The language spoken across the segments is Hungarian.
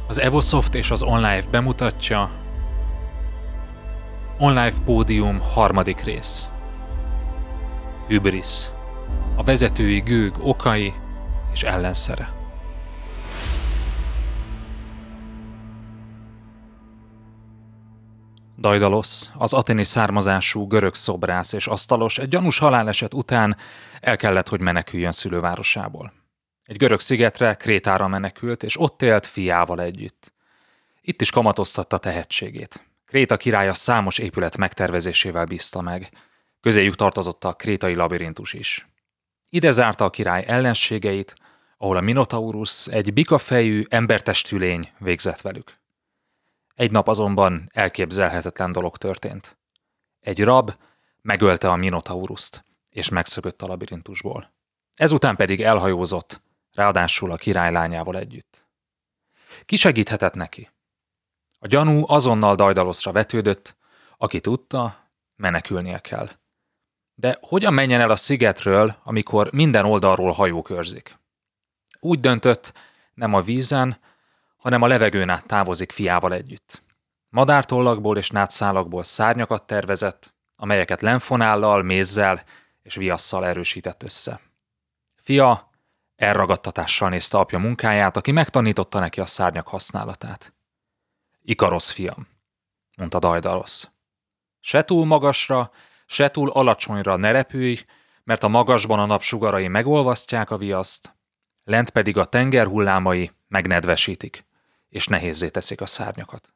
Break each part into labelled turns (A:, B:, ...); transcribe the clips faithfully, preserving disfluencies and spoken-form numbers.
A: Az Evosoft és az OnLive bemutatja OnLive Pódium harmadik rész. Hübrisz. A vezetői gőg okai és ellenszere. Daidalosz, az athéni származású görög szobrász és asztalos egy gyanús haláleset után el kellett, hogy meneküljön szülővárosából. Egy görög szigetre, Krétára menekült, és ott élt fiával együtt. Itt is kamatoztatta tehetségét. Kréta királya számos épület megtervezésével bízta meg. Közéjük tartozott a krétai labirintus is. Ide zárta a király ellenségeit, ahol a Minotaurus, egy bikafejű, embertestű lény végzett velük. Egy nap azonban elképzelhetetlen dolog történt. Egy rab megölte a Minotaurust, és megszökött a labirintusból. Ezután pedig elhajózott, ráadásul a király lányával együtt. Ki segíthetett neki? A gyanú azonnal Daidaloszra vetődött, aki tudta, menekülnie kell. De hogyan menjen el a szigetről, amikor minden oldalról hajók őrzik? Úgy döntött, nem a vízen, hanem a levegőn át távozik fiával együtt. Madártollakból és nátszálakból szárnyakat tervezett, amelyeket lenfonállal, mézzel és viasszal erősített össze. Fia elragadtatással nézte apja munkáját, aki megtanította neki a szárnyak használatát. Ikarosz, fiam, mondta Daidalosz. Se túl magasra, se túl alacsonyra ne repülj, mert a magasban a nap sugarai megolvasztják a viaszt, lent pedig a tenger hullámai megnedvesítik, és nehézzé teszik a szárnyakat.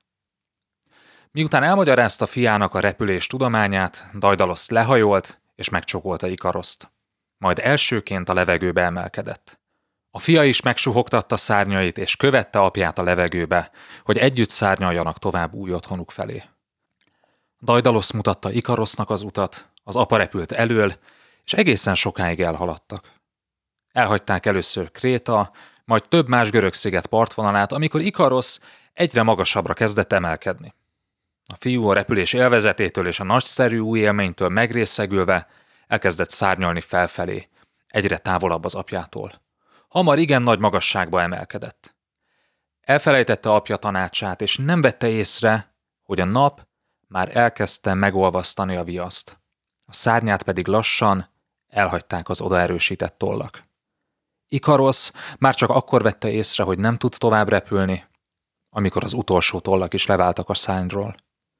A: Miután elmagyarázta fiának a repülés tudományát, Daidalosz lehajolt, és megcsókolta Ikaroszt. Majd elsőként a levegőbe emelkedett. A fia is megsuhogtatta szárnyait, és követte apját a levegőbe, hogy együtt szárnyaljanak tovább új otthonuk felé. Daidalosz mutatta Ikarosznak az utat, az apa repült elől, és egészen sokáig elhaladtak. Elhagyták először Kréta, majd több más görög sziget partvonalát, amikor Ikarosz egyre magasabbra kezdett emelkedni. A fiú a repülés élvezetétől és a nagyszerű új élménytől megrészegülve elkezdett szárnyalni felfelé, egyre távolabb az apjától. Hamar igen nagy magasságba emelkedett. Elfelejtette apja tanácsát, és nem vette észre, hogy a nap már elkezdte megolvasztani a viaszt. A szárnyát pedig lassan elhagyták az odaerősített tollak. Ikarosz már csak akkor vette észre, hogy nem tud tovább repülni, amikor az utolsó tollak is leváltak a szárnyról.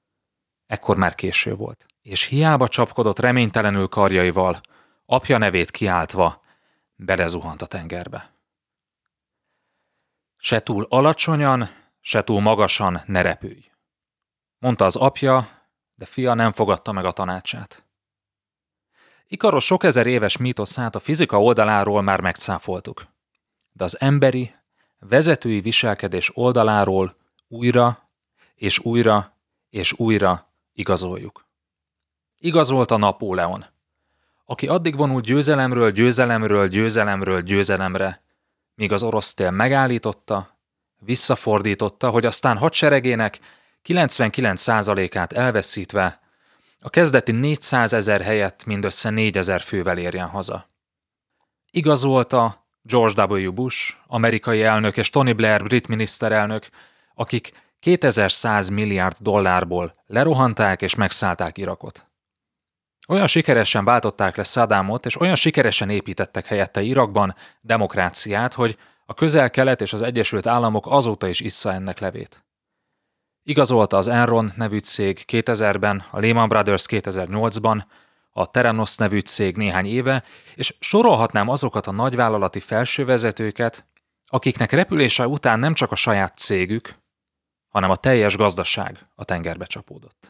A: Ekkor már késő volt, és hiába csapkodott reménytelenül karjaival, apja nevét kiáltva, belezuhant a tengerbe. Se túl alacsonyan, se túl magasan ne repülj, mondta az apja, de fia nem fogadta meg a tanácsát. Ikarosz sok ezer éves mítoszát a fizika oldaláról már megcáfoltuk, de az emberi, vezetői viselkedés oldaláról újra és újra és újra igazoljuk. Igazolta Napóleon, aki addig vonult győzelemről, győzelemről, győzelemről, győzelemre, míg az orosz tél megállította, visszafordította, hogy aztán hadseregének kilencvenkilenc százalékát elveszítve a kezdeti négyszázezer helyett mindössze négyezer fővel érjen haza. Igazolta George W. Bush, amerikai elnök, és Tony Blair, brit miniszterelnök, akik kétezer-száz milliárd dollárból lerohanták és megszállták Irakot. Olyan sikeresen váltották le Saddamot, és olyan sikeresen építettek helyette Irakban demokráciát, hogy a Közel-Kelet és az Egyesült Államok azóta is issza ennek levét. Igazolta az Enron nevű cég kétezerben, a Lehman Brothers kétezer-nyolcban, a Theranos nevű cég néhány éve, és sorolhatnám azokat a nagyvállalati felsővezetőket, akiknek repülése után nem csak a saját cégük, hanem a teljes gazdaság a tengerbe csapódott.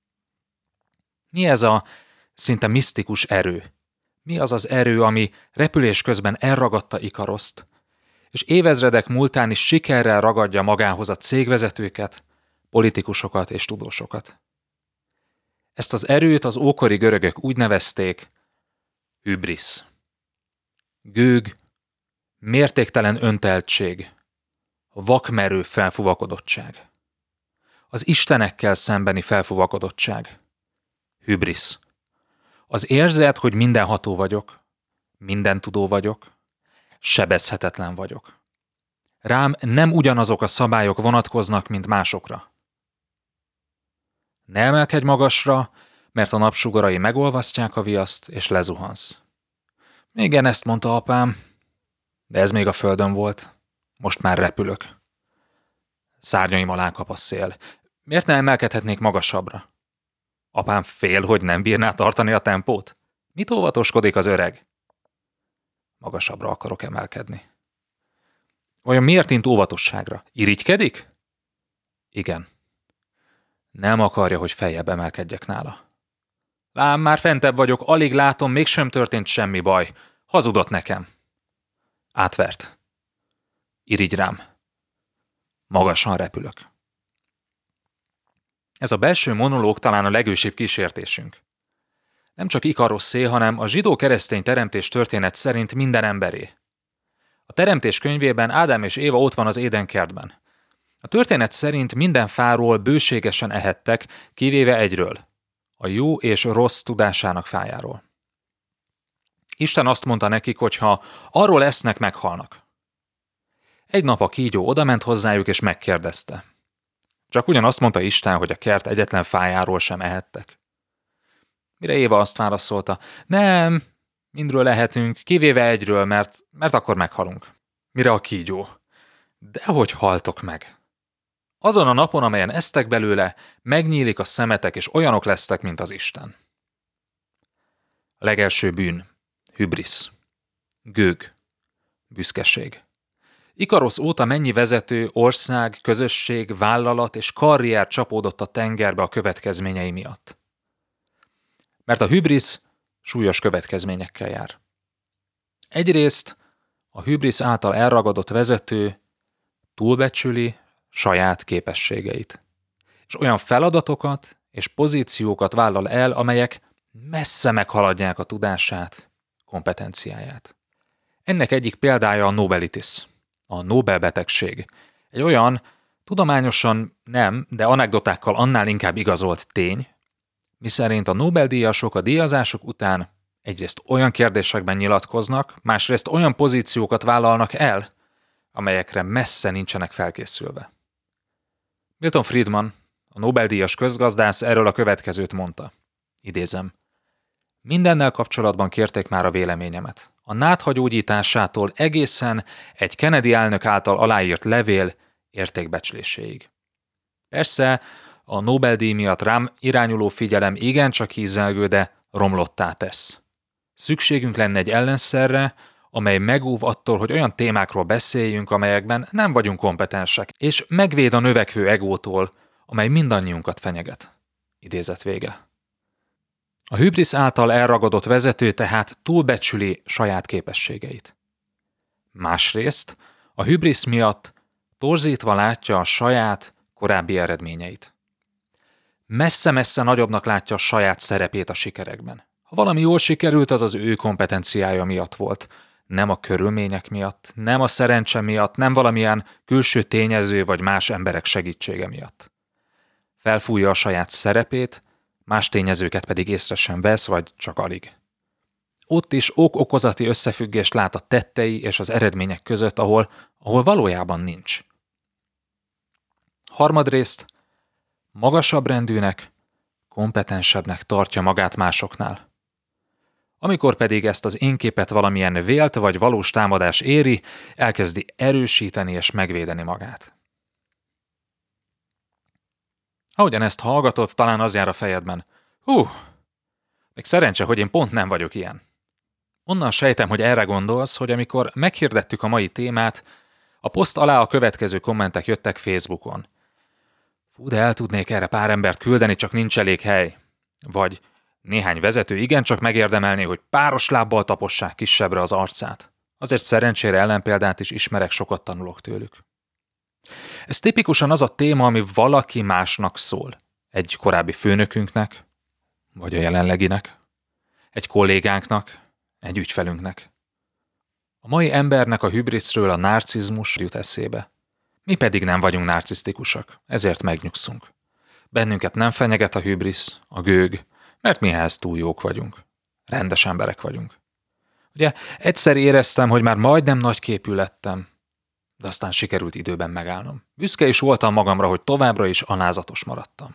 A: Mi ez a szinte misztikus erő? Mi az az erő, ami repülés közben elragadta Ikaroszt, és évezredek múltán is sikerrel ragadja magához a cégvezetőket, politikusokat és tudósokat? Ezt az erőt az ókori görögök úgy nevezték hübrisz. Gőg, mértéktelen önteltség, vakmerő felfuvakodottság. Az istenekkel szembeni felfuvakodottság. Hübrisz. Az érzet, hogy mindenható vagyok, mindentudó vagyok, sebezhetetlen vagyok. Rám nem ugyanazok a szabályok vonatkoznak, mint másokra. Ne emelkedj magasra, mert a napsugarai megolvasztják a viaszt, és lezuhansz. Igen, ezt mondta apám, de ez még a földön volt. Most már repülök. Szárnyaim alá kap a szél. Miért ne emelkedhetnék magasabbra? Apám fél, hogy nem bírná tartani a tempót? Mit óvatoskodik az öreg? Magasabbra akarok emelkedni. Vajon miért int óvatosságra? Irigykedik? Igen. Nem akarja, hogy feljebb emelkedjek nála. Lám, már fentebb vagyok, alig látom, mégsem történt semmi baj. Hazudott nekem. Átvert. Irigy rám. Magasan repülök. Ez a belső monológ talán a legősibb kísértésünk. Nem csak Ikarosszé, hanem a zsidó-keresztény teremtés történet szerint minden emberé. A teremtés könyvében Ádám és Éva ott van az Édenkertben. A történet szerint minden fáról bőségesen ehettek, kivéve egyről, a jó és rossz tudásának fájáról. Isten azt mondta nekik, hogy ha arról esznek, meghalnak. Egy nap a kígyó odament hozzájuk és megkérdezte. Csak ugyanazt mondta Isten, hogy a kert egyetlen fájáról sem ehettek. Mire Éva azt válaszolta, nem, mindről lehetünk, kivéve egyről, mert, mert akkor meghalunk. Mire a kígyó, dehogy haltok meg. Azon a napon, amelyen esztek belőle, megnyílik a szemetek, és olyanok lesztek, mint az Isten. A legelső bűn, hübrisz, gőg, büszkeség. Ikarosz óta mennyi vezető, ország, közösség, vállalat és karrier csapódott a tengerbe a következményei miatt. Mert a hübrisz súlyos következményekkel jár. Egyrészt a hübrisz által elragadott vezető túlbecsüli saját képességeit, és olyan feladatokat és pozíciókat vállal el, amelyek messze meghaladják a tudását, kompetenciáját. Ennek egyik példája a Nobelitis, a Nobel-betegség. Egy olyan, tudományosan nem, de anekdotákkal annál inkább igazolt tény, miszerint a Nobel-díjasok a díjazások után egyrészt olyan kérdésekben nyilatkoznak, másrészt olyan pozíciókat vállalnak el, amelyekre messze nincsenek felkészülve. Milton Friedman, a Nobel-díjas közgazdász erről a következőt mondta. Idézem. Mindennel kapcsolatban kérték már a véleményemet. A nátha gyógyításától egészen egy Kennedy elnök által aláírt levél értékbecsléséig. Persze, a Nobel-díj miatt rám irányuló figyelem igencsak hízelgő, de romlottá tesz. Szükségünk lenne egy ellenszerre, amely megóv attól, hogy olyan témákról beszéljünk, amelyekben nem vagyunk kompetensek, és megvéd a növekvő egótól, amely mindannyiunkat fenyeget. Idézet vége. A hübrisz által elragadott vezető tehát túlbecsüli saját képességeit. Másrészt a hübrisz miatt torzítva látja a saját korábbi eredményeit. Messze-messze nagyobbnak látja a saját szerepét a sikerekben. Ha valami jól sikerült, az az ő kompetenciája miatt volt, nem a körülmények miatt, nem a szerencse miatt, nem valamilyen külső tényező vagy más emberek segítsége miatt. Felfújja a saját szerepét, más tényezőket pedig észre sem vesz, vagy csak alig. Ott is ok-okozati összefüggést lát a tettei és az eredmények között, ahol, ahol valójában nincs. Harmadrészt, magasabb rendűnek, kompetensebbnek tartja magát másoknál. Amikor pedig ezt az énképet valamilyen vélt vagy valós támadás éri, elkezdi erősíteni és megvédeni magát. Ahogyan ezt hallgatod, talán az jár a fejedben. Hú, még szerencse, hogy én pont nem vagyok ilyen. Onnan sejtem, hogy erre gondolsz, hogy amikor meghirdettük a mai témát, a poszt alá a következő kommentek jöttek Facebookon. Fú, de el tudnék erre pár embert küldeni, csak nincs elég hely. Vagy néhány vezető igencsak megérdemelné, hogy páros lábbal tapossák kisebbre az arcát. Azért szerencsére ellenpéldát is ismerek, sokat tanulok tőlük. Ez tipikusan az a téma, ami valaki másnak szól. Egy korábbi főnökünknek, vagy a jelenleginek, egy kollégánknak, egy ügyfelünknek. A mai embernek a hübriszről a narcizmus jut eszébe. Mi pedig nem vagyunk narcisztikusak, ezért megnyugszunk. Bennünket nem fenyeget a hübrisz, a gőg, mert mi ehhez túl jók vagyunk. Rendes emberek vagyunk. Ugye egyszer éreztem, hogy már majdnem nagyképű lettem, de aztán sikerült időben megállnom. Büszke is voltam magamra, hogy továbbra is alázatos maradtam.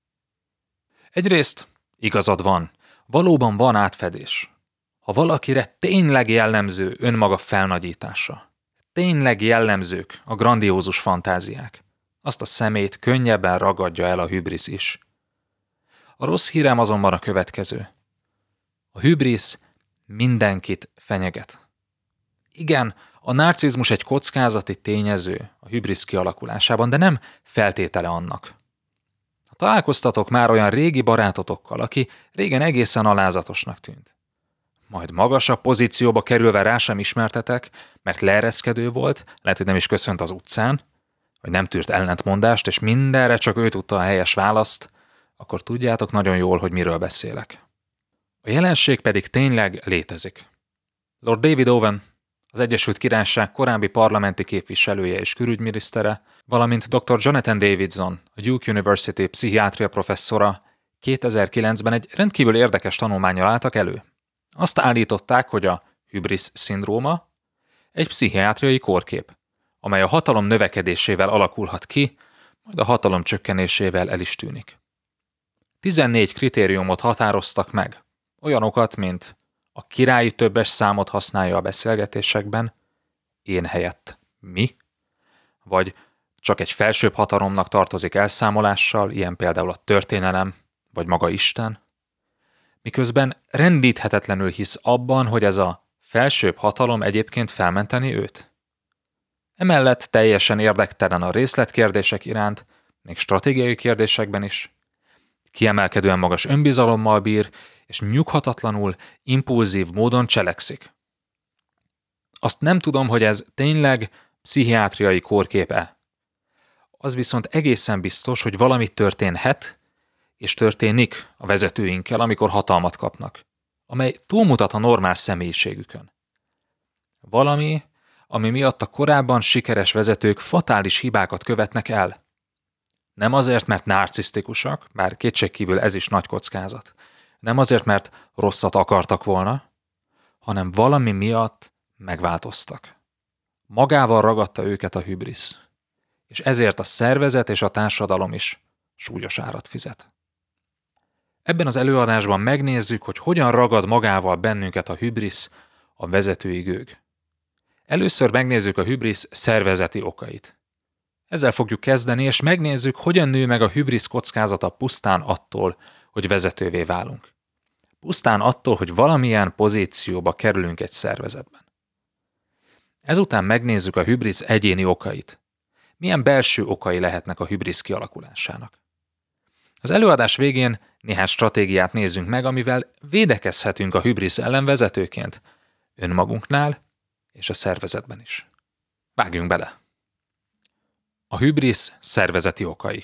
A: Egyrészt igazad van, valóban van átfedés. Ha valakire tényleg jellemző önmaga felnagyítása, tényleg jellemzők a grandiózus fantáziák, azt a szemét könnyebben ragadja el a hübrisz is. A rossz hírem azonban a következő. A hübrisz mindenkit fenyeget. Igen, a narcizmus egy kockázati tényező a hübrisz kialakulásában, de nem feltétele annak. Ha találkoztatok már olyan régi barátotokkal, aki régen egészen alázatosnak tűnt, majd magasabb pozícióba kerülve rá sem ismertetek, mert leereszkedő volt, lehet, hogy nem is köszönt az utcán, vagy nem tűrt ellentmondást, és mindenre csak ő tudta a helyes választ, akkor tudjátok nagyon jól, hogy miről beszélek. A jelenség pedig tényleg létezik. Lord David Owen, az Egyesült Királyság korábbi parlamenti képviselője és külügyminisztere, valamint doktor Jonathan Davidson, a Duke University pszichiátria professzora kétezer-kilencben egy rendkívül érdekes tanulmánnyal álltak elő. Azt állították, hogy a hübrisz szindróma egy pszichiátriai kórkép, amely a hatalom növekedésével alakulhat ki, majd a hatalom csökkenésével el is tűnik. tizennégy kritériumot határoztak meg, olyanokat, mint a királyi többes számot használja a beszélgetésekben, én helyett mi, vagy csak egy felsőbb hatalomnak tartozik elszámolással, ilyen például a történelem, vagy maga Isten, miközben rendíthetetlenül hisz abban, hogy ez a felsőbb hatalom egyébként felmenteni őt. Emellett teljesen érdektelen a részletkérdések iránt, még stratégiai kérdésekben is, kiemelkedően magas önbizalommal bír, és nyughatatlanul, impulzív módon cselekszik. Azt nem tudom, hogy ez tényleg pszichiátriai kórkép-e. Az viszont egészen biztos, hogy valami történhet, és történik a vezetőinkkel, amikor hatalmat kapnak, amely túlmutat a normál személyiségükön. Valami, ami miatt a korábban sikeres vezetők fatális hibákat követnek el. Nem azért, mert narcisztikusak, bár kétségkívül ez is nagy kockázat. Nem azért, mert rosszat akartak volna, hanem valami miatt megváltoztak. Magával ragadta őket a hübrisz, és ezért a szervezet és a társadalom is súlyos árat fizet. Ebben az előadásban megnézzük, hogy hogyan ragad magával bennünket a hübrisz, a vezetői gőg. Először megnézzük a hübrisz szervezeti okait. Ezzel fogjuk kezdeni, és megnézzük, hogyan nő meg a hübrisz kockázata pusztán attól, hogy vezetővé válunk. Pusztán attól, hogy valamilyen pozícióba kerülünk egy szervezetben. Ezután megnézzük a hübrisz egyéni okait. Milyen belső okai lehetnek a hübrisz kialakulásának. Az előadás végén néhány stratégiát nézzünk meg, amivel védekezhetünk a hübrisz ellen vezetőként, önmagunknál és a szervezetben is. Vágjunk bele! A hübrisz szervezeti okai.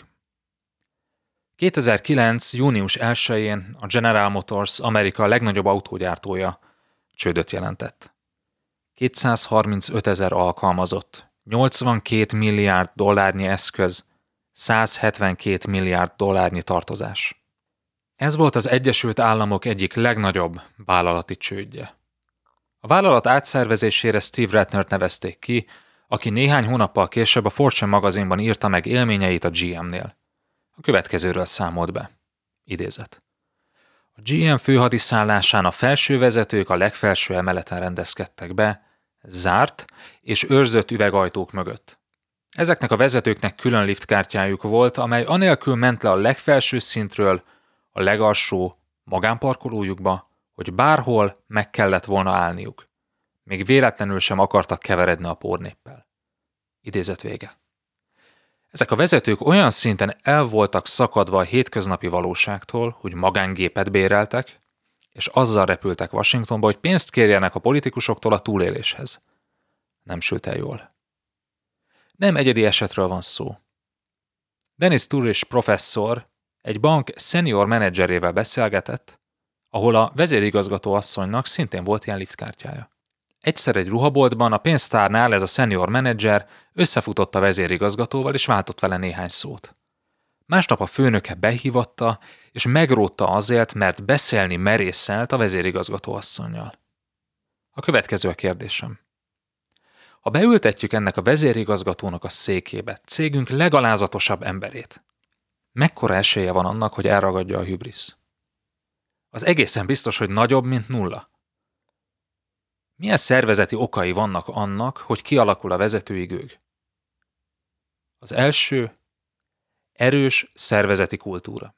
A: kétezer-kilenc. június elsején a General Motors, Amerika legnagyobb autógyártója, csődöt jelentett. kétszázharmincötezer alkalmazott, nyolcvankét milliárd dollárnyi eszköz, százhetvenkét milliárd dollárnyi tartozás. Ez volt az Egyesült Államok egyik legnagyobb vállalati csődje. A vállalat átszervezésére Steve Ratnert nevezték ki, aki néhány hónappal később a Fortune magazinban írta meg élményeit a gé em-nél. A következőről számolt be. Idézet. A gé em főhadiszállásán a felső vezetők a legfelső emeleten rendezkedtek be, zárt és őrzött üvegajtók mögött. Ezeknek a vezetőknek külön liftkártyájuk volt, amely anélkül ment le a legfelső szintről a legalsó magánparkolójukba, hogy bárhol meg kellett volna állniuk. Még véletlenül sem akartak keveredni a pornéppel. Idézet vége. Ezek a vezetők olyan szinten el voltak szakadva a hétköznapi valóságtól, hogy magángépet béreltek, és azzal repültek Washingtonba, hogy pénzt kérjenek a politikusoktól a túléléshez. Nem sült el jól. Nem egyedi esetről van szó. Dennis Turris professzor egy bank senior menedzserével beszélgetett, ahol a vezérigazgató asszonynak szintén volt ilyen liftkártyája. Egyszer egy ruhaboltban a pénztárnál ez a senior menedzser összefutott a vezérigazgatóval és váltott vele néhány szót. Másnap a főnöke behívatta és megrótta azért, mert beszélni merészelt a vezérigazgató asszonnyal. A következő a kérdésem. Ha beültetjük ennek a vezérigazgatónak a székébe cégünk legalázatosabb emberét, mekkora esélye van annak, hogy elragadja a hübrisz? Az egészen biztos, hogy nagyobb, mint nulla. Milyen szervezeti okai vannak annak, hogy kialakul a vezetői gőg? Az első, erős szervezeti kultúra.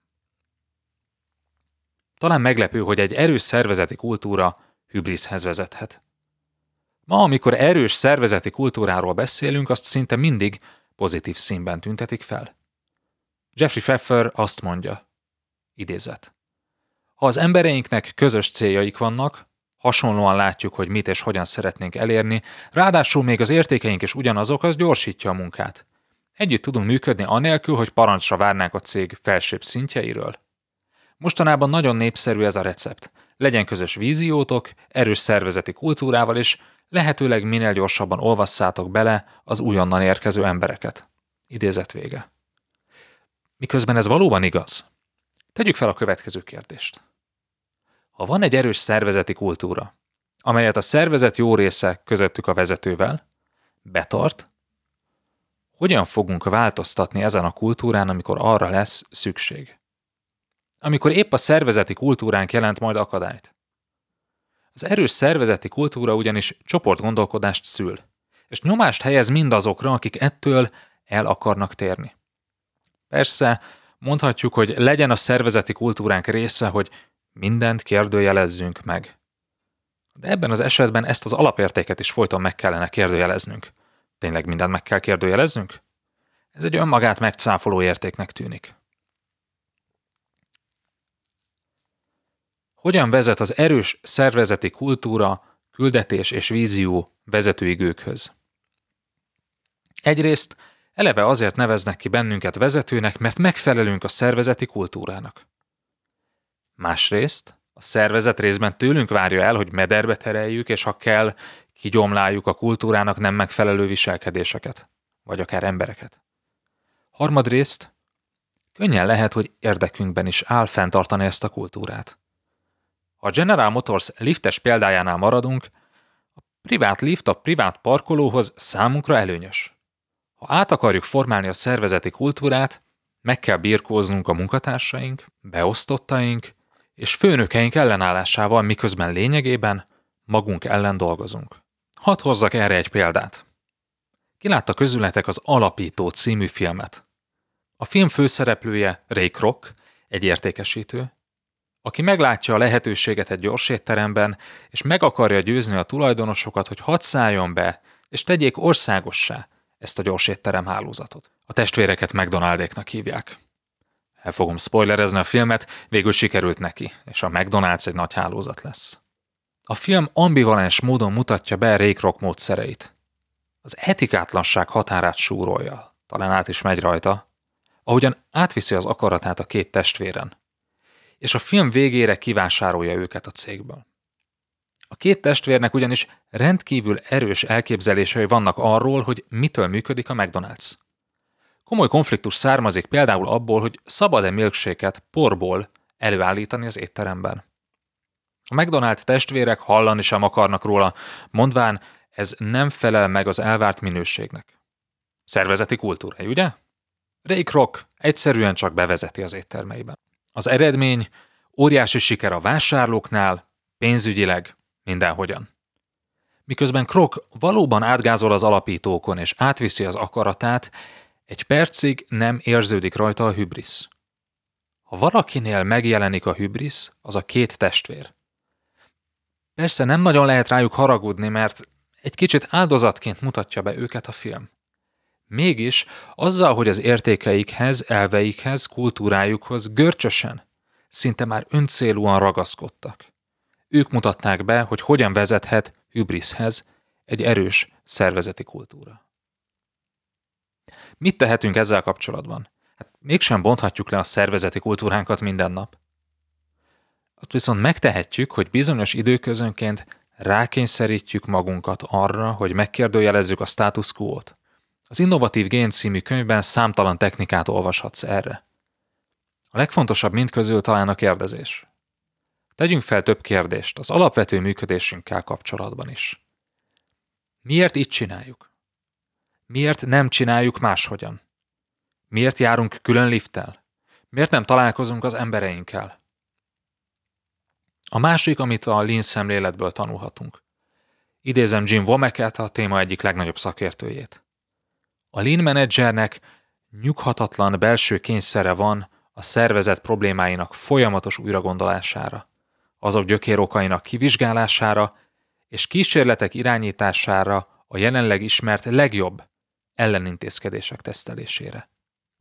A: Talán meglepő, hogy egy erős szervezeti kultúra hübriszhez vezethet. Ma, amikor erős szervezeti kultúráról beszélünk, azt szinte mindig pozitív színben tüntetik fel. Jeffrey Pfeffer azt mondja, idézet: ha az embereinknek közös céljaik vannak, hasonlóan látjuk, hogy mit és hogyan szeretnénk elérni, ráadásul még az értékeink is ugyanazok, az gyorsítja a munkát. Együtt tudunk működni anélkül, hogy parancsra várnánk a cég felsőbb szintjeiről. Mostanában nagyon népszerű ez a recept. Legyen közös víziótok, erős szervezeti kultúrával, és lehetőleg minél gyorsabban olvasszátok bele az újonnan érkező embereket. Idézet vége. Miközben ez valóban igaz, tegyük fel a következő kérdést. Ha van egy erős szervezeti kultúra, amelyet a szervezet jó része, közöttük a vezetővel, betart, hogyan fogunk változtatni ezen a kultúrán, amikor arra lesz szükség? Amikor épp a szervezeti kultúránk jelent majd akadályt. Az erős szervezeti kultúra ugyanis csoportgondolkodást szül, és nyomást helyez mindazokra, akik ettől el akarnak térni. Persze, mondhatjuk, hogy legyen a szervezeti kultúránk része, hogy mindent kérdőjelezzünk meg. De ebben az esetben ezt az alapértéket is folyton meg kellene kérdőjeleznünk. Tényleg mindent meg kell kérdőjeleznünk? Ez egy önmagát megcáfoló értéknek tűnik. Hogyan vezet az erős szervezeti kultúra, küldetés és vízió vezetői gőkhöz? Egyrészt eleve azért neveznek ki bennünket vezetőnek, mert megfelelünk a szervezeti kultúrának. Másrészt a szervezet részben tőlünk várja el, hogy mederbe tereljük, és ha kell, kigyomláljuk a kultúrának nem megfelelő viselkedéseket, vagy akár embereket. Harmadrészt könnyen lehet, hogy érdekünkben is áll fenntartani ezt a kultúrát. Ha a General Motors liftes példájánál maradunk, a privát lift a privát parkolóhoz számunkra előnyös. Ha át akarjuk formálni a szervezeti kultúrát, meg kell birkóznunk a munkatársaink, beosztottaink és főnökeink ellenállásával, miközben lényegében magunk ellen dolgozunk. Hadd hozzak erre egy példát. Ki látta közületek az Alapító című filmet? A film főszereplője Ray Kroc, egy értékesítő, aki meglátja a lehetőséget egy gyors étteremben, és meg akarja győzni a tulajdonosokat, hogy hadd szálljon be, és tegyék országossá ezt a gyors étterem hálózatot. A testvéreket McDonaldéknak hívják. El fogom spoilerezni a filmet, végül sikerült neki, és a McDonald's egy nagy hálózat lesz. A film ambivalens módon mutatja be Ray Kroc módszereit. Az etikátlanság határát súrolja, talán át is megy rajta, ahogyan átviszi az akaratát a két testvéren, és a film végére kivásárolja őket a cégből. A két testvérnek ugyanis rendkívül erős elképzelései vannak arról, hogy mitől működik a McDonald's. Komoly konfliktus származik például abból, hogy szabad-e milkshake-et porból előállítani az étteremben. A McDonald's testvérek hallani sem akarnak róla, mondván, ez nem felel meg az elvárt minőségnek. Szervezeti kultúra, ugye? Ray Kroc egyszerűen csak bevezeti az éttermeiben. Az eredmény óriási siker a vásárlóknál, pénzügyileg, mindenhogyan. Miközben Kroc valóban átgázol az alapítókon és átviszi az akaratát, egy percig nem érződik rajta a hübrisz. Ha valakinél megjelenik a hübrisz, az a két testvér. Persze nem nagyon lehet rájuk haragudni, mert egy kicsit áldozatként mutatja be őket a film. Mégis azzal, hogy az értékeikhez, elveikhez, kultúrájukhoz görcsösen, szinte már öncélúan ragaszkodtak. Ők mutatták be, hogy hogyan vezethet hübriszhez egy erős szervezeti kultúra. Mit tehetünk ezzel kapcsolatban? Hát mégsem bonthatjuk le a szervezeti kultúránkat minden nap. Azt viszont megtehetjük, hogy bizonyos időközönként rákényszerítjük magunkat arra, hogy megkérdőjelezzük a status quo-t. Az Innovatív Gén című könyvben számtalan technikát olvashatsz erre. A legfontosabb mindközül talán a kérdezés. Tegyünk fel több kérdést az alapvető működésünkkel kapcsolatban is. Miért így csináljuk? Miért nem csináljuk máshogyan? Miért járunk külön lifttel? Miért nem találkozunk az embereinkkel? A másik, amit a Lean szemléletből tanulhatunk. Idézem Jim Womacket, a téma egyik legnagyobb szakértőjét. A Lean menedzsernek nyughatatlan belső kényszere van a szervezet problémáinak folyamatos újragondolására, azok gyökérokainak kivizsgálására és kísérletek irányítására a jelenleg ismert legjobb ellenintézkedések tesztelésére.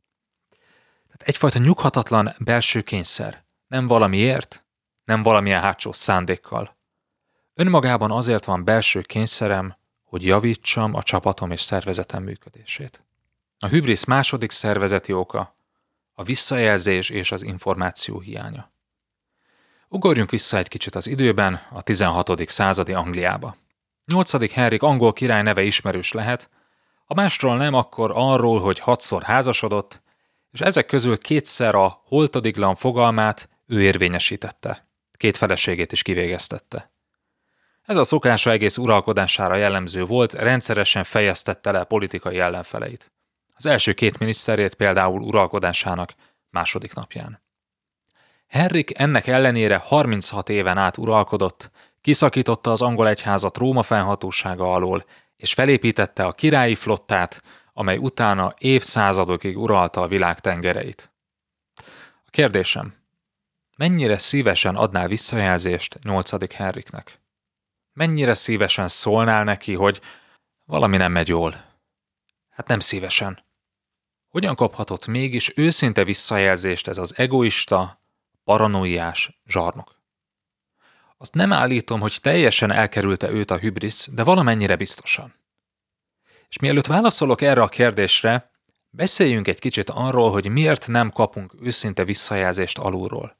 A: Tehát egyfajta nyughatatlan belső kényszer, nem valamiért, nem valamilyen hátsó szándékkal. Önmagában azért van belső kényszerem, hogy javítsam a csapatom és szervezetem működését. A hübrisz második szervezeti oka a visszajelzés és az információ hiánya. Ugorjunk vissza egy kicsit az időben, a tizenhatodik századi Angliába. nyolcadik Henrik angol király neve ismerős lehet, ha másról nem, akkor arról, hogy hatszor házasodott, és ezek közül kétszer a holtodiglan fogalmát ő érvényesítette. Két feleségét is kivégeztette. Ez a szokása egész uralkodására jellemző volt, rendszeresen fejeztette le politikai ellenfeleit. Az első két miniszterét például uralkodásának második napján. Henrik ennek ellenére harminchat éven át uralkodott, kiszakította az angol egyházat Róma fennhatósága alól, és felépítette a királyi flottát, amely utána évszázadokig uralta a világ tengereit. A kérdésem, mennyire szívesen adnál visszajelzést nyolcadik Henriknek? Mennyire szívesen szólnál neki, hogy valami nem megy jól? Hát nem szívesen. Hogyan kaphatott mégis őszinte visszajelzést ez az egoista, paranoiás zsarnok? Azt nem állítom, hogy teljesen elkerülte őt a hübrisz, de valamennyire biztosan. És mielőtt válaszolok erre a kérdésre, beszéljünk egy kicsit arról, hogy miért nem kapunk őszinte visszajelzést alulról.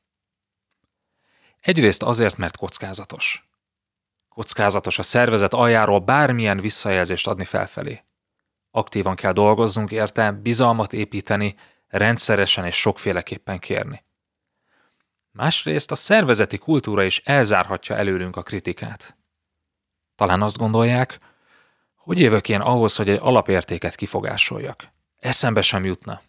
A: Egyrészt azért, mert kockázatos. Kockázatos a szervezet aljáról bármilyen visszajelzést adni felfelé. Aktívan kell dolgozzunk érte, bizalmat építeni, rendszeresen és sokféleképpen kérni. Másrészt a szervezeti kultúra is elzárhatja előlünk a kritikát. Talán azt gondolják, hogy jövök én ahhoz, hogy egy alapértéket kifogásoljak. Eszembe sem jutna.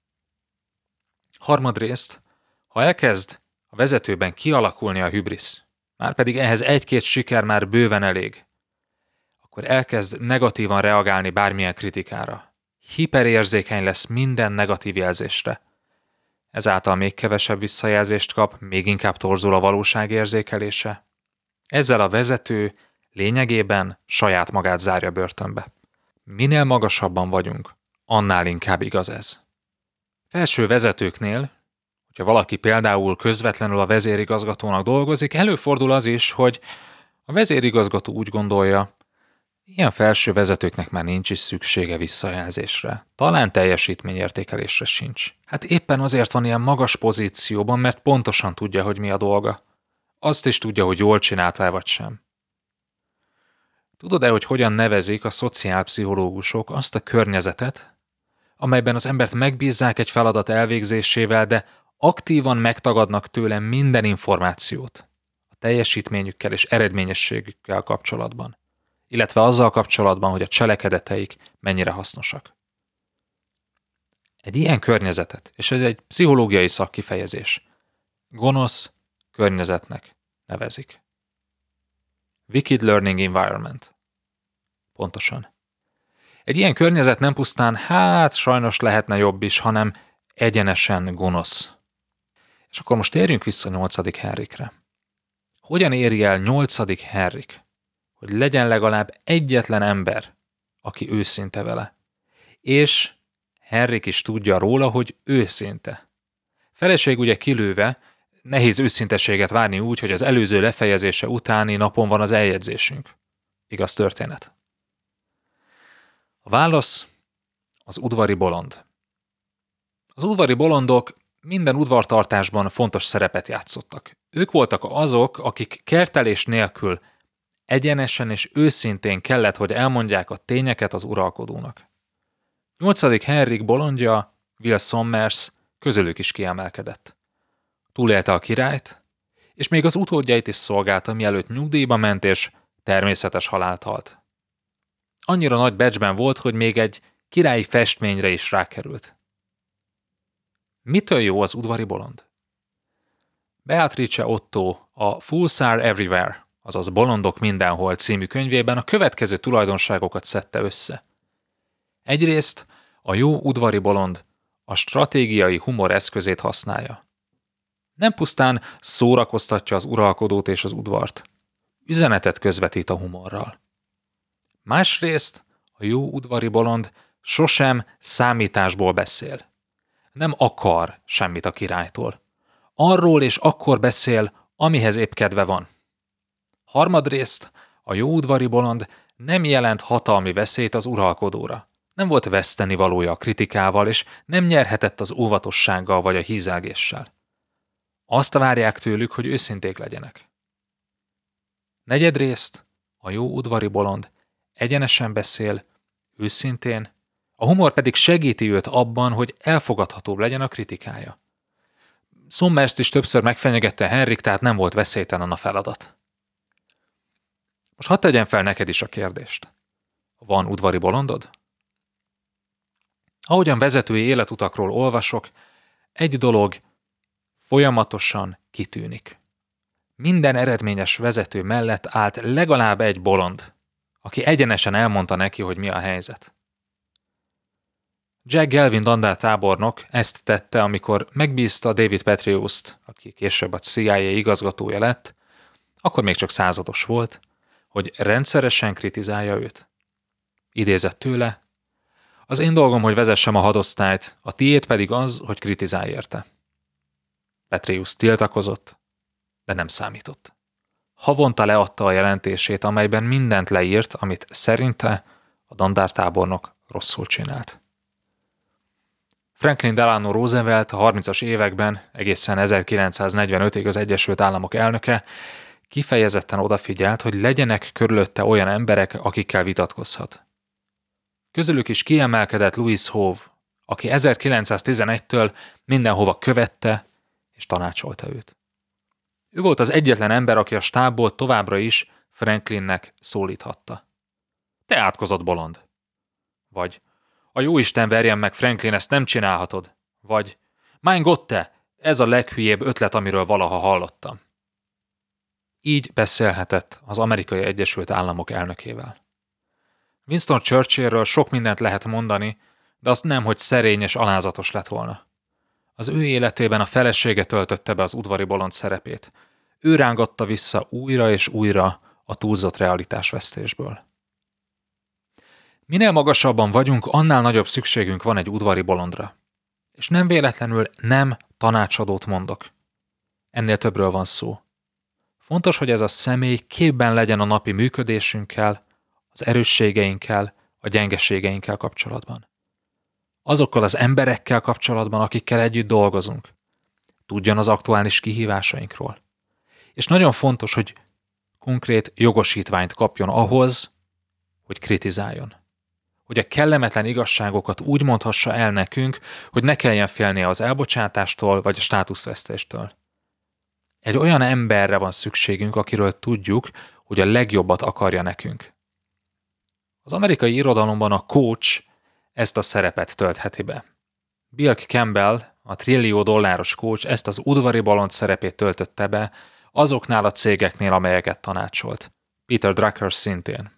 A: Harmadrészt, ha elkezd a vezetőben kialakulni a hübrisz, márpedig ehhez egy-két siker már bőven elég, akkor elkezd negatívan reagálni bármilyen kritikára. Hiperérzékeny lesz minden negatív jelzésre. Ezáltal még kevesebb visszajelzést kap, még inkább torzul a valóság érzékelése. Ezzel a vezető lényegében saját magát zárja börtönbe. Minél magasabban vagyunk, annál inkább igaz ez. Felső vezetőknél, hogyha valaki például közvetlenül a vezérigazgatónak dolgozik, előfordul az is, hogy a vezérigazgató úgy gondolja, ilyen felső vezetőknek már nincs is szüksége visszajelzésre. Talán teljesítményértékelésre sincs. Hát éppen azért van ilyen magas pozícióban, mert pontosan tudja, hogy mi a dolga. Azt is tudja, hogy jól csinálta-e vagy sem. Tudod-e, hogy hogyan nevezik a szociálpszichológusok azt a környezetet, amelyben az embert megbízzák egy feladat elvégzésével, de aktívan megtagadnak tőle minden információt a teljesítményükkel és eredményességükkel kapcsolatban, illetve azzal kapcsolatban, hogy a cselekedeteik mennyire hasznosak. Egy ilyen környezetet, és ez egy pszichológiai szakkifejezés, gonosz környezetnek nevezik. Wicked Learning Environment. Pontosan. Egy ilyen környezet nem pusztán, hát sajnos lehetne jobb is, hanem egyenesen gonosz. És akkor most térjünk vissza nyolcadik Henrikre. Hogyan éri el nyolcadik Henrik, hogy legyen legalább egyetlen ember, aki őszinte vele? És Henrik is tudja róla, hogy őszinte. Feleség ugye kilőve, nehéz őszinteséget várni úgy, hogy az előző lefejezése utáni napon van az eljegyzésünk. Igaz történet. A válasz az udvari bolond. Az udvari bolondok minden udvartartásban fontos szerepet játszottak. Ők voltak azok, akik kertelés nélkül egyenesen és őszintén kellett, hogy elmondják a tényeket az uralkodónak. nyolcadik Henrik bolondja, Will Sommers, közülük is kiemelkedett. Túlélte a királyt, és még az utódjait is szolgálta, mielőtt nyugdíjba ment és természetes halált halt. annyira nagy becsben volt, hogy még egy királyi festményre is rákerült. Mitől jó az udvari bolond? Beatrice Otto a Fools Are Everywhere, azaz Bolondok mindenhol című könyvében a következő tulajdonságokat szedte össze. Egyrészt a jó udvari bolond a stratégiai humor eszközét használja. Nem pusztán szórakoztatja az uralkodót és az udvart. Üzenetet közvetít a humorral. Másrészt a jó udvari bolond sosem számításból beszél. Nem akar semmit a királytól. Arról és akkor beszél, amihez épp kedve van. Harmadrészt a jó udvari bolond nem jelent hatalmi veszélyt az uralkodóra. Nem volt vesztenivalója a kritikával, és nem nyerhetett az óvatossággal vagy a hízelgéssel. Azt várják tőlük, hogy őszinték legyenek. Negyedrészt a jó udvari bolond egyenesen beszél, őszintén, a humor pedig segíti őt abban, hogy elfogadhatóbb legyen a kritikája. Sommerst is többször megfenyegette Henrik, tehát nem volt veszélytelen a feladat. Most hadd tegyem fel neked is a kérdést. Van udvari bolondod? Ahogyan vezetői életutakról olvasok, egy dolog folyamatosan kitűnik. Minden eredményes vezető mellett állt legalább egy bolond, aki egyenesen elmondta neki, hogy mi a helyzet. Jack Gelvin dandártábornok ezt tette, amikor megbízta David Petraeust, aki később a C I A igazgatója lett, akkor még csak százados volt, hogy rendszeresen kritizálja őt. Idézett tőle: az én dolgom, hogy vezessem a hadosztályt, a tiéd pedig az, hogy kritizálj érte. Petraeus tiltakozott, de nem számított. Havonta leadta a jelentését, amelyben mindent leírt, amit szerinte a dandártábornok rosszul csinált. Franklin Delano Roosevelt a harmincas években, egészen ezerkilencszáznegyvenötig az Egyesült Államok elnöke, kifejezetten odafigyelt, hogy legyenek körülötte olyan emberek, akikkel vitatkozhat. Közülük is kiemelkedett Louis Hove, aki ezerkilencszáztizenegytől mindenhova követte és tanácsolta őt. Ő volt az egyetlen ember, aki a stábból továbbra is Franklinnek szólíthatta. Te átkozott bolond! Vagy a jóisten verjen meg, Franklin, ezt nem csinálhatod! Vagy mein Gott, te, ez a leghülyébb ötlet, amiről valaha hallottam. Így beszélhetett az Amerikai Egyesült Államok elnökével. Winston Churchillről sok mindent lehet mondani, de azt nem, hogy szerény és alázatos lett volna. Az ő életében a felesége töltötte be az udvari bolond szerepét. Ő rángatta vissza újra és újra a túlzott realitásvesztésből. Minél magasabban vagyunk, annál nagyobb szükségünk van egy udvari bolondra. És nem véletlenül nem tanácsadót mondok. Ennél többről van szó. Fontos, hogy ez a személy képben legyen a napi működésünkkel, az erősségeinkkel, a gyengeségeinkkel kapcsolatban. Azokkal az emberekkel kapcsolatban, akikkel együtt dolgozunk. Tudjon az aktuális kihívásainkról. És nagyon fontos, hogy konkrét jogosítványt kapjon ahhoz, hogy kritizáljon. Hogy a kellemetlen igazságokat úgy mondhassa el nekünk, hogy ne kelljen félnie az elbocsátástól vagy a státuszvesztéstől. Egy olyan emberre van szükségünk, akiről tudjuk, hogy a legjobbat akarja nekünk. Az amerikai irodalomban a coach ezt a szerepet töltheti be. Bill Campbell, a trillió dolláros coach ezt az udvari bolond szerepét töltötte be azoknál a cégeknél, amelyeket tanácsolt. Peter Drucker szintén.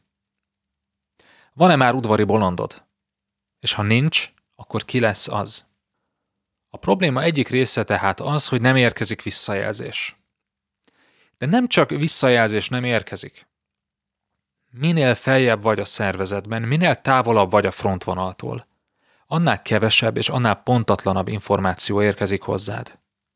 A: Van-e már udvari bolondod? És ha nincs, akkor ki lesz az? A probléma egyik része tehát az, hogy nem érkezik visszajelzés. De nem csak visszajelzés nem érkezik. Minél feljebb vagy a szervezetben, minél távolabb vagy a frontvonaltól, annál kevesebb és annál pontatlanabb információ érkezik hozzád.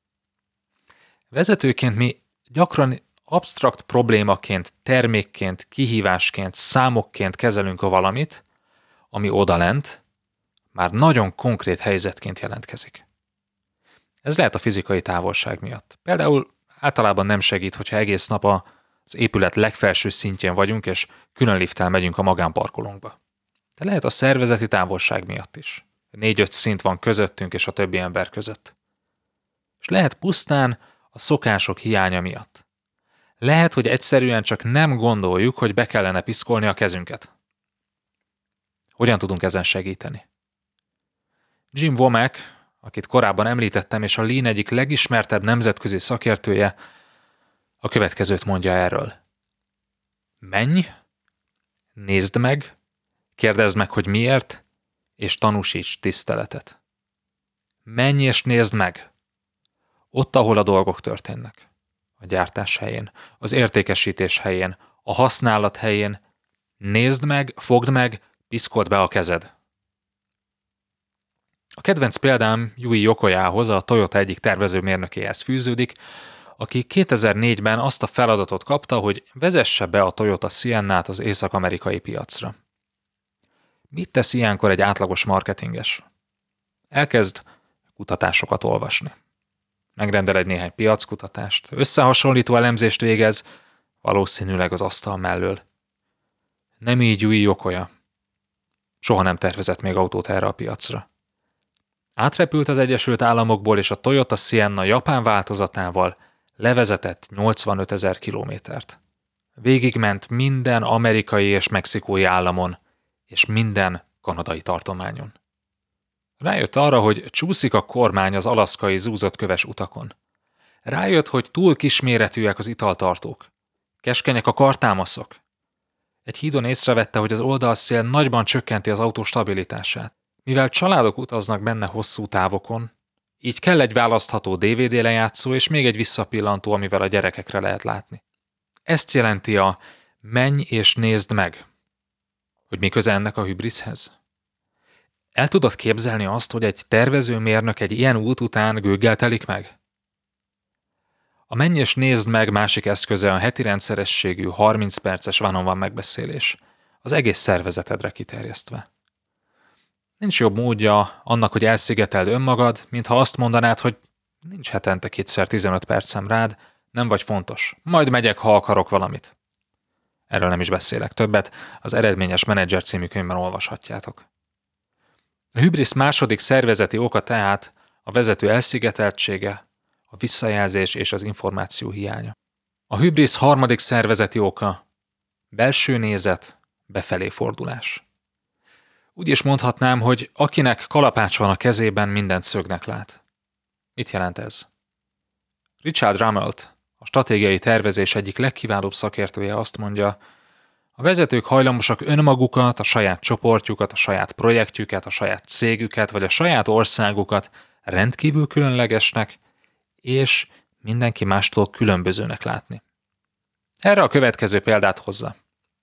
A: Vezetőként mi gyakran absztrakt problémaként, termékként, kihívásként, számokként kezelünk a valamit, ami odalent már nagyon konkrét helyzetként jelentkezik. Ez lehet a fizikai távolság miatt. Például általában nem segít, hogyha egész nap az épület legfelső szintjén vagyunk, és külön lifttel megyünk a magánparkolónkba. De lehet a szervezeti távolság miatt is. Négy-öt szint van közöttünk és a többi ember között. És lehet pusztán a szokások hiánya miatt. Lehet, hogy egyszerűen csak nem gondoljuk, hogy be kellene piszkolni a kezünket. Hogyan tudunk ezen segíteni? Jim Womack, akit korábban említettem, és a Lean egyik legismertebb nemzetközi szakértője, a következőt mondja erről. Menj, nézd meg, kérdezd meg, hogy miért, és tanúsíts tiszteletet. Menj és nézd meg! Ott, ahol a dolgok történnek. A gyártás helyén, az értékesítés helyén, a használat helyén. Nézd meg, fogd meg, piszkold be a kezed. A kedvenc példám Yui Yokoyahoz, a Toyota egyik tervezőmérnökéhez fűződik, aki kétezer-négyben azt a feladatot kapta, hogy vezesse be a Toyota Siennát az észak-amerikai piacra. Mit tesz ilyenkor egy átlagos marketinges? Elkezd kutatásokat olvasni. Megrendel egy néhány piackutatást, összehasonlító elemzést végez, valószínűleg az asztal mellől. Nem így Yui Yokoya. Soha nem tervezett még autót erre a piacra. Átrepült az Egyesült Államokból, és a Toyota Sienna japán változatával levezetett nyolcvanötezer kilométert. Végigment minden amerikai és mexikói államon, és minden kanadai tartományon. Rájött arra, hogy csúszik a kormány az alaszkai zúzott-köves utakon. Rájött, hogy túl kisméretűek az italtartók. Keskenyek a kartámaszok. Egy hídon észrevette, hogy az oldalszél nagyban csökkenti az autó stabilitását. Mivel családok utaznak benne hosszú távokon, így kell egy választható dé vé dé lejátszó és még egy visszapillantó, amivel a gyerekekre lehet látni. Ezt jelenti a menj és nézd meg. Hogy mi köze ennek a hübriszhez? El tudod képzelni azt, hogy egy tervezőmérnök egy ilyen út után gőggel telik meg? A menj és nézd meg másik eszköze a heti rendszerességű harminc perces one-on-one megbeszélés, az egész szervezetedre kiterjesztve. Nincs jobb módja annak, hogy elszigeteld önmagad, mintha azt mondanád, hogy nincs hetente kétszer tizenöt percem rád, nem vagy fontos, majd megyek, ha akarok valamit. Erről nem is beszélek többet, az Eredményes Menedzser című könyvben olvashatjátok. A hübrisz második szervezeti oka tehát a vezető elszigeteltsége, a visszajelzés és az információ hiánya. A hübrisz harmadik szervezeti oka belső nézet, befelé fordulás. Úgy is mondhatnám, hogy akinek kalapács van a kezében, mindent szögnek lát. Mit jelent ez? Richard Rummelt, a stratégiai tervezés egyik legkiválóbb szakértője azt mondja, a vezetők hajlamosak önmagukat, a saját csoportjukat, a saját projektjüket, a saját cégüket vagy a saját országukat rendkívül különlegesnek és mindenki mástól különbözőnek látni. Erre a következő példát hozza.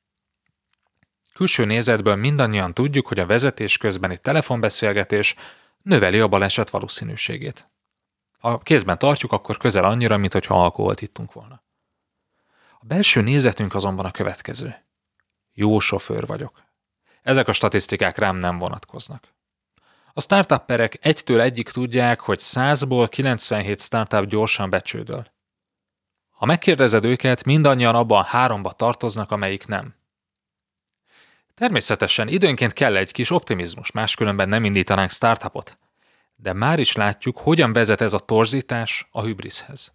A: Külső nézetből mindannyian tudjuk, hogy a vezetés közbeni telefonbeszélgetés növeli a baleset valószínűségét. Ha kézben tartjuk, akkor közel annyira, mintha alkoholt ittunk volna. A belső nézetünk azonban a következő. Jó sofőr vagyok. Ezek a statisztikák rám nem vonatkoznak. A startupperek egytől egyig tudják, hogy százból kilencvenhét startup gyorsan becsődöl. Ha megkérdezed őket, mindannyian abban a háromba tartoznak, amelyik nem. Természetesen időnként kell egy kis optimizmus, máskülönben nem indítanánk startupot. De már is látjuk, hogyan vezet ez a torzítás a hübriszhez.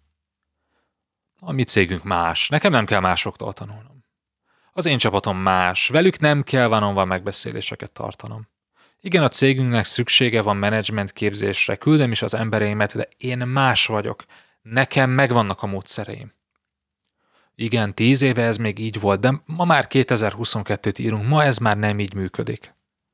A: A mi cégünk más, nekem nem kell másoktól tanulnom. Az én csapatom más, velük nem kell one-on-one megbeszéléseket tartanom. Igen, a cégünknek szüksége van menedzsment képzésre, küldöm is az embereimet, de én más vagyok. Nekem megvannak a módszereim. Igen, tíz éve ez még így volt, de ma már kétezer-huszonkettőt írunk, ma ez már nem így működik.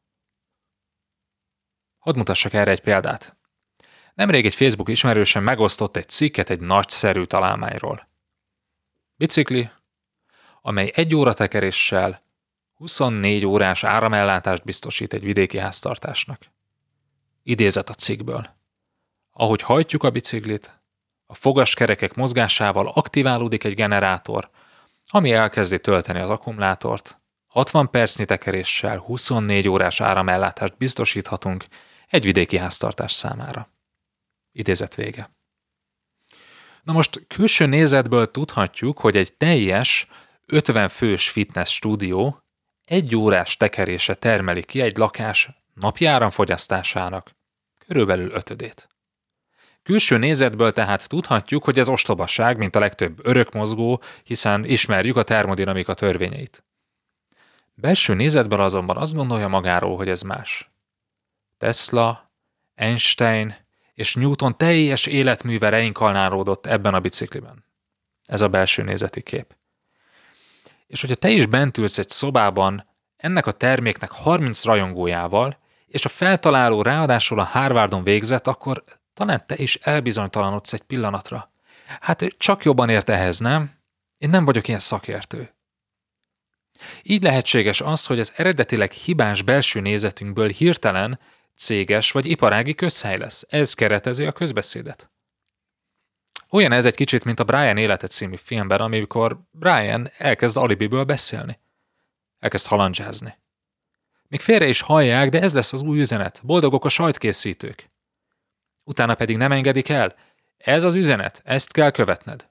A: Hadd mutassak erre egy példát. Nemrég egy Facebook ismerősöm megosztott egy cikket egy nagyszerű találmányról. Bicikli, amely egy óra tekeréssel huszonnégy órás áramellátást biztosít egy vidéki háztartásnak. Idézet a cikkből. Ahogy hajtjuk a biciklit, a fogaskerekek mozgásával aktiválódik egy generátor, ami elkezdi tölteni az akkumulátort. hatvan percnyi tekeréssel huszonnégy órás áramellátást biztosíthatunk egy vidéki háztartás számára. Idézet vége. Na most külső nézetből tudhatjuk, hogy egy teljes ötven fős fitness stúdió egy órás tekerése termeli ki egy lakás napi áramfogyasztásának körülbelül ötödét. Külső nézetből tehát tudhatjuk, hogy ez ostobaság, mint a legtöbb örökmozgó, hiszen ismerjük a termodinamika törvényeit. Belső nézetből azonban azt gondolja magáról, hogy ez más. Tesla, Einstein és Newton teljes életműve reinkarnálódott ebben a bicikliben. Ez a belső nézeti kép. És hogyha te is bent ülsz egy szobában ennek a terméknek harminc rajongójával, és a feltaláló ráadásul a Harvardon végzett, akkor talán te is elbizonytalanodsz egy pillanatra. Hát ő csak jobban ért ehhez, nem? Én nem vagyok ilyen szakértő. Így lehetséges az, hogy az eredetileg hibás belső nézetünkből hirtelen céges vagy iparági közhely lesz. Ez keretezi a közbeszédet. Olyan ez egy kicsit, mint a Brian élete című filmben, amikor Brian elkezd alibiből beszélni. Elkezd halandzsázni. Még félre is hallják, de ez lesz az új üzenet. Boldogok a sajtkészítők. Utána pedig nem engedik el. Ez az üzenet, ezt kell követned.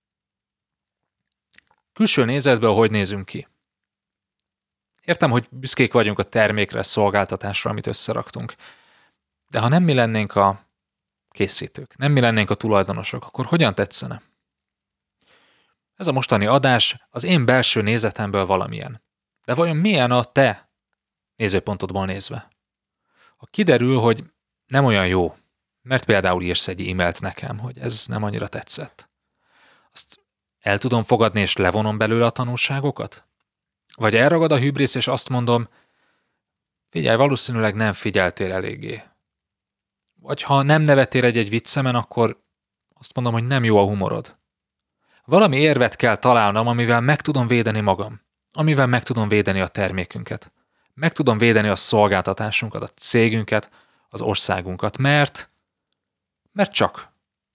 A: Külső nézetből hogy nézünk ki? Értem, hogy büszkék vagyunk a termékre, szolgáltatásra, amit összeraktunk. De ha nem mi lennénk a készítők, nem mi lennénk a tulajdonosok, akkor hogyan tetszene? Ez a mostani adás az én belső nézetemből valamilyen. De vajon milyen a te nézőpontodból nézve? Ha kiderül, hogy nem olyan jó, mert például írsz egy e-mailt nekem, hogy ez nem annyira tetszett, azt el tudom fogadni és levonom belőle a tanulságokat? Vagy elragad a hübrisz, és azt mondom, figyelj, valószínűleg nem figyeltél eléggé. Vagy ha nem nevettél egy-egy viccemen, akkor azt mondom, hogy nem jó a humorod. Valami érvet kell találnom, amivel meg tudom védeni magam. Amivel meg tudom védeni a termékünket. Meg tudom védeni a szolgáltatásunkat, a cégünket, az országunkat, mert... mert csak.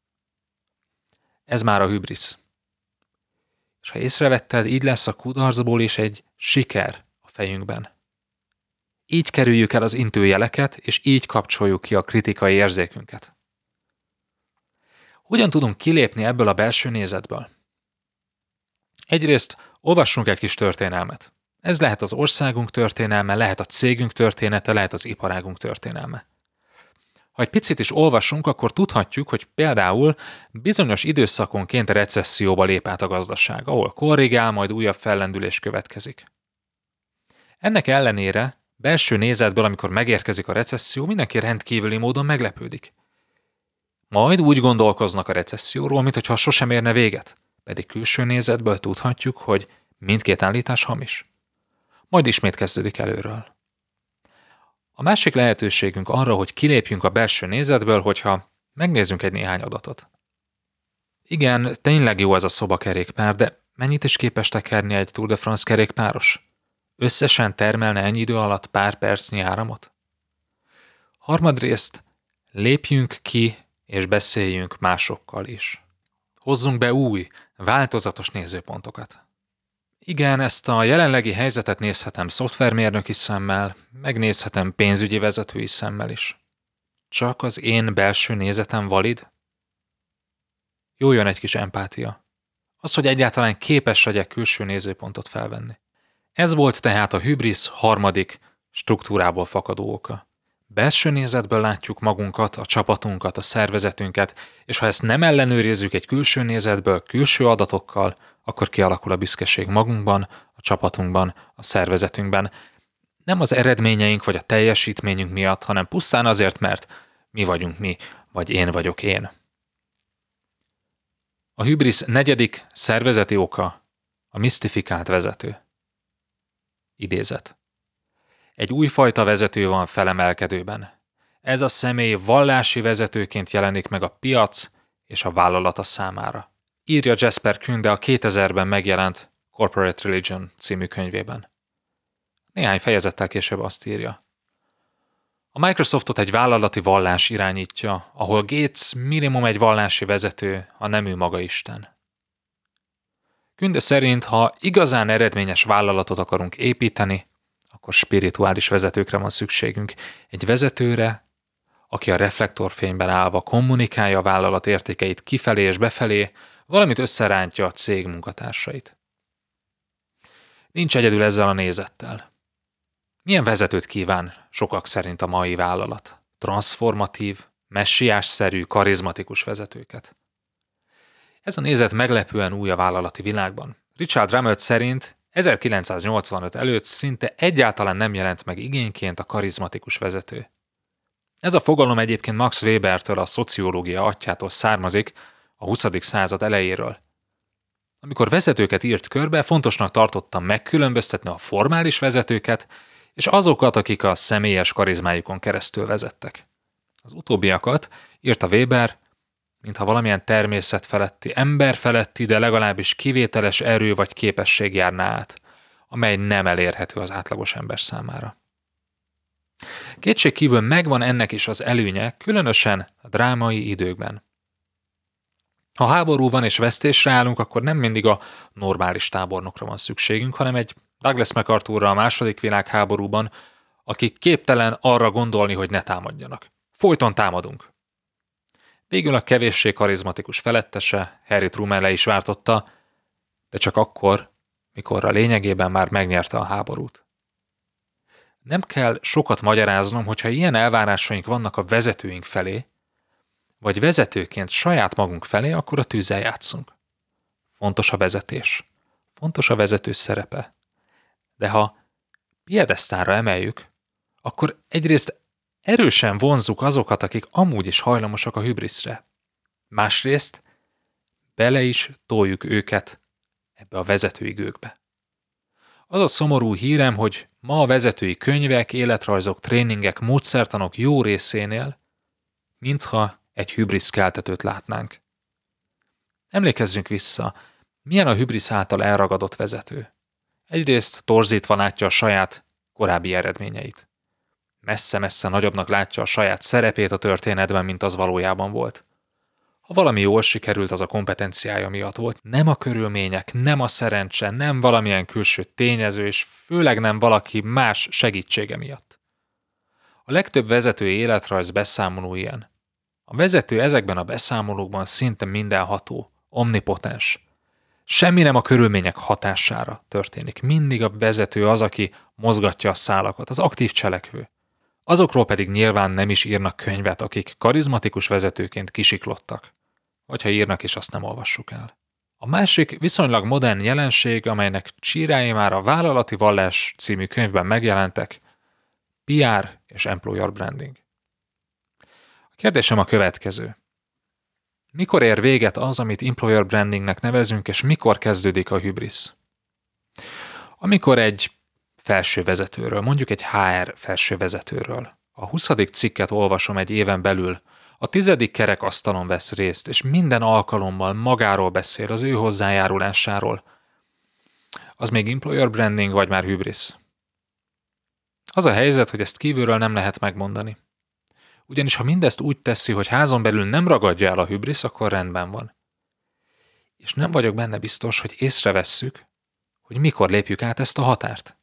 A: Ez már a hübrisz. És ha észrevetted, így lesz a kudarcból is egy siker a fejünkben. Így kerüljük el az intőjeleket, és így kapcsoljuk ki a kritikai érzékünket. Hogyan tudunk kilépni ebből a belső nézetből? Egyrészt olvassunk egy kis történelmet. Ez lehet az országunk történelme, lehet a cégünk története, lehet az iparágunk történelme. Ha egy picit is olvasunk, akkor tudhatjuk, hogy például bizonyos időszakonként recesszióba lép át a gazdaság, ahol korrigál, majd újabb fellendülés következik. Ennek ellenére belső nézetből, amikor megérkezik a recesszió, mindenki rendkívüli módon meglepődik. Majd úgy gondolkoznak a recesszióról, mintha sosem érne véget, pedig külső nézetből tudhatjuk, hogy mindkét állítás hamis. Majd ismét kezdődik előről. A másik lehetőségünk arra, hogy kilépjünk a belső nézetből, hogyha megnézzünk egy néhány adatot. Igen, tényleg jó ez a szobakerékpár, de mennyit is képes tekerni egy Tour de France kerékpáros? Összesen termelne ennyi idő alatt pár percnyi áramot? Harmadrészt lépjünk ki és beszéljünk másokkal is. Hozzunk be új, változatos nézőpontokat. Igen, ezt a jelenlegi helyzetet nézhetem szoftvermérnöki szemmel, megnézhetem pénzügyi vezetői szemmel is. Csak az én belső nézetem valid? Jó jön egy kis empátia. Az, hogy egyáltalán képes legyek külső nézőpontot felvenni. Ez volt tehát a hübrisz harmadik struktúrából fakadó oka. Belső nézetből látjuk magunkat, a csapatunkat, a szervezetünket, és ha ezt nem ellenőrizzük egy külső nézetből, külső adatokkal, akkor kialakul a büszkeség magunkban, a csapatunkban, a szervezetünkben. Nem az eredményeink vagy a teljesítményünk miatt, hanem pusztán azért, mert mi vagyunk mi, vagy én vagyok én. A hübrisz negyedik szervezeti oka a misztifikált vezető. Idézet. Egy újfajta vezető van felemelkedőben. Ez a személy vallási vezetőként jelenik meg a piac és a vállalata számára. Írja Jasper Kunde a kétezerben megjelent Corporate Religion című könyvében. Néhány fejezettel később azt írja. A Microsoftot egy vállalati vallás irányítja, ahol Gates minimum egy vallási vezető, ha nem ő maga Isten. Kunde szerint, ha igazán eredményes vállalatot akarunk építeni, akkor spirituális vezetőkre van szükségünk. Egy vezetőre, aki a reflektorfényben állva kommunikálja a vállalat értékeit kifelé és befelé, valamint összerántja a cég munkatársait. Nincs egyedül ezzel a nézettel. Milyen vezetőt kíván sokak szerint a mai vállalat? Transformatív, messiásszerű, karizmatikus vezetőket. Ez a nézet meglepően új a vállalati világban. Richard Rummelt szerint ezerkilencszáznyolcvanöt előtt szinte egyáltalán nem jelent meg igényként a karizmatikus vezető. Ez a fogalom egyébként Max Webertől, a szociológia atyjától származik, a huszadik század elejéről. Amikor vezetőket írt körbe, fontosnak tartottam megkülönböztetni a formális vezetőket, és azokat, akik a személyes karizmájukon keresztül vezettek. Az utóbbiakat, írta Weber, mintha valamilyen természetfeletti, emberfeletti, de legalábbis kivételes erő vagy képesség járná át, amely nem elérhető az átlagos ember számára. Kétségkívül megvan ennek is az előnye, különösen a drámai időkben. Ha háború van és vesztésre állunk, akkor nem mindig a normális tábornokra van szükségünk, hanem egy Douglas MacArthurra a második világháborúban, aki képtelen arra gondolni, hogy ne támadjanak. Folyton támadunk. Végül a kevéssé karizmatikus felettese, Harry Truman le is váltotta, de csak akkor, mikor a lényegében már megnyerte a háborút. Nem kell sokat magyaráznom, hogyha ilyen elvárásaink vannak a vezetőink felé, vagy vezetőként saját magunk felé, akkor a tűzzel játszunk. Fontos a vezetés. Fontos a vezető szerepe. De ha piedesztálra emeljük, akkor egyrészt erősen vonzzuk azokat, akik amúgy is hajlamosak a hübriszre. Másrészt bele is toljuk őket ebbe a vezetői gőgbe. Az a szomorú hírem, hogy ma a vezetői könyvek, életrajzok, tréningek, módszertanok jó részénél, mintha egy hübriszkeltetőt látnánk. Emlékezzünk vissza, milyen a hübrisz által elragadott vezető. Egyrészt torzítva látja a saját korábbi eredményeit. Messze-messze nagyobbnak látja a saját szerepét a történetben, mint az valójában volt. Ha valami jól sikerült, az a kompetenciája miatt volt, nem a körülmények, nem a szerencse, nem valamilyen külső tényező, és főleg nem valaki más segítsége miatt. A legtöbb vezető életrajz beszámoló ilyen. A vezető ezekben a beszámolókban szinte mindenható, omnipotens. Semmi nem a körülmények hatására történik. Mindig a vezető az, aki mozgatja a szálakat, az aktív cselekvő. Azokról pedig nyilván nem is írnak könyvet, akik karizmatikus vezetőként kisiklottak. Vagy ha írnak is, azt nem olvassuk el. A másik viszonylag modern jelenség, amelynek csírái már a Vállalati Vallás című könyvben megjelentek, pé er és employer branding. A kérdésem a következő. Mikor ér véget az, amit employer brandingnek nevezünk, és mikor kezdődik a hübrisz? Amikor egy felső vezetőről, mondjuk egy há er felső vezetőről, a huszadik cikket olvasom egy éven belül, a tizedik kerekasztalon vesz részt, és minden alkalommal magáról beszél, az ő hozzájárulásáról, az még employer branding, vagy már hübrisz? Az a helyzet, hogy ezt kívülről nem lehet megmondani. Ugyanis ha mindezt úgy teszi, hogy házon belül nem ragadja el a hübrisz, akkor rendben van. És nem vagyok benne biztos, hogy észrevesszük, hogy mikor lépjük át ezt a határt.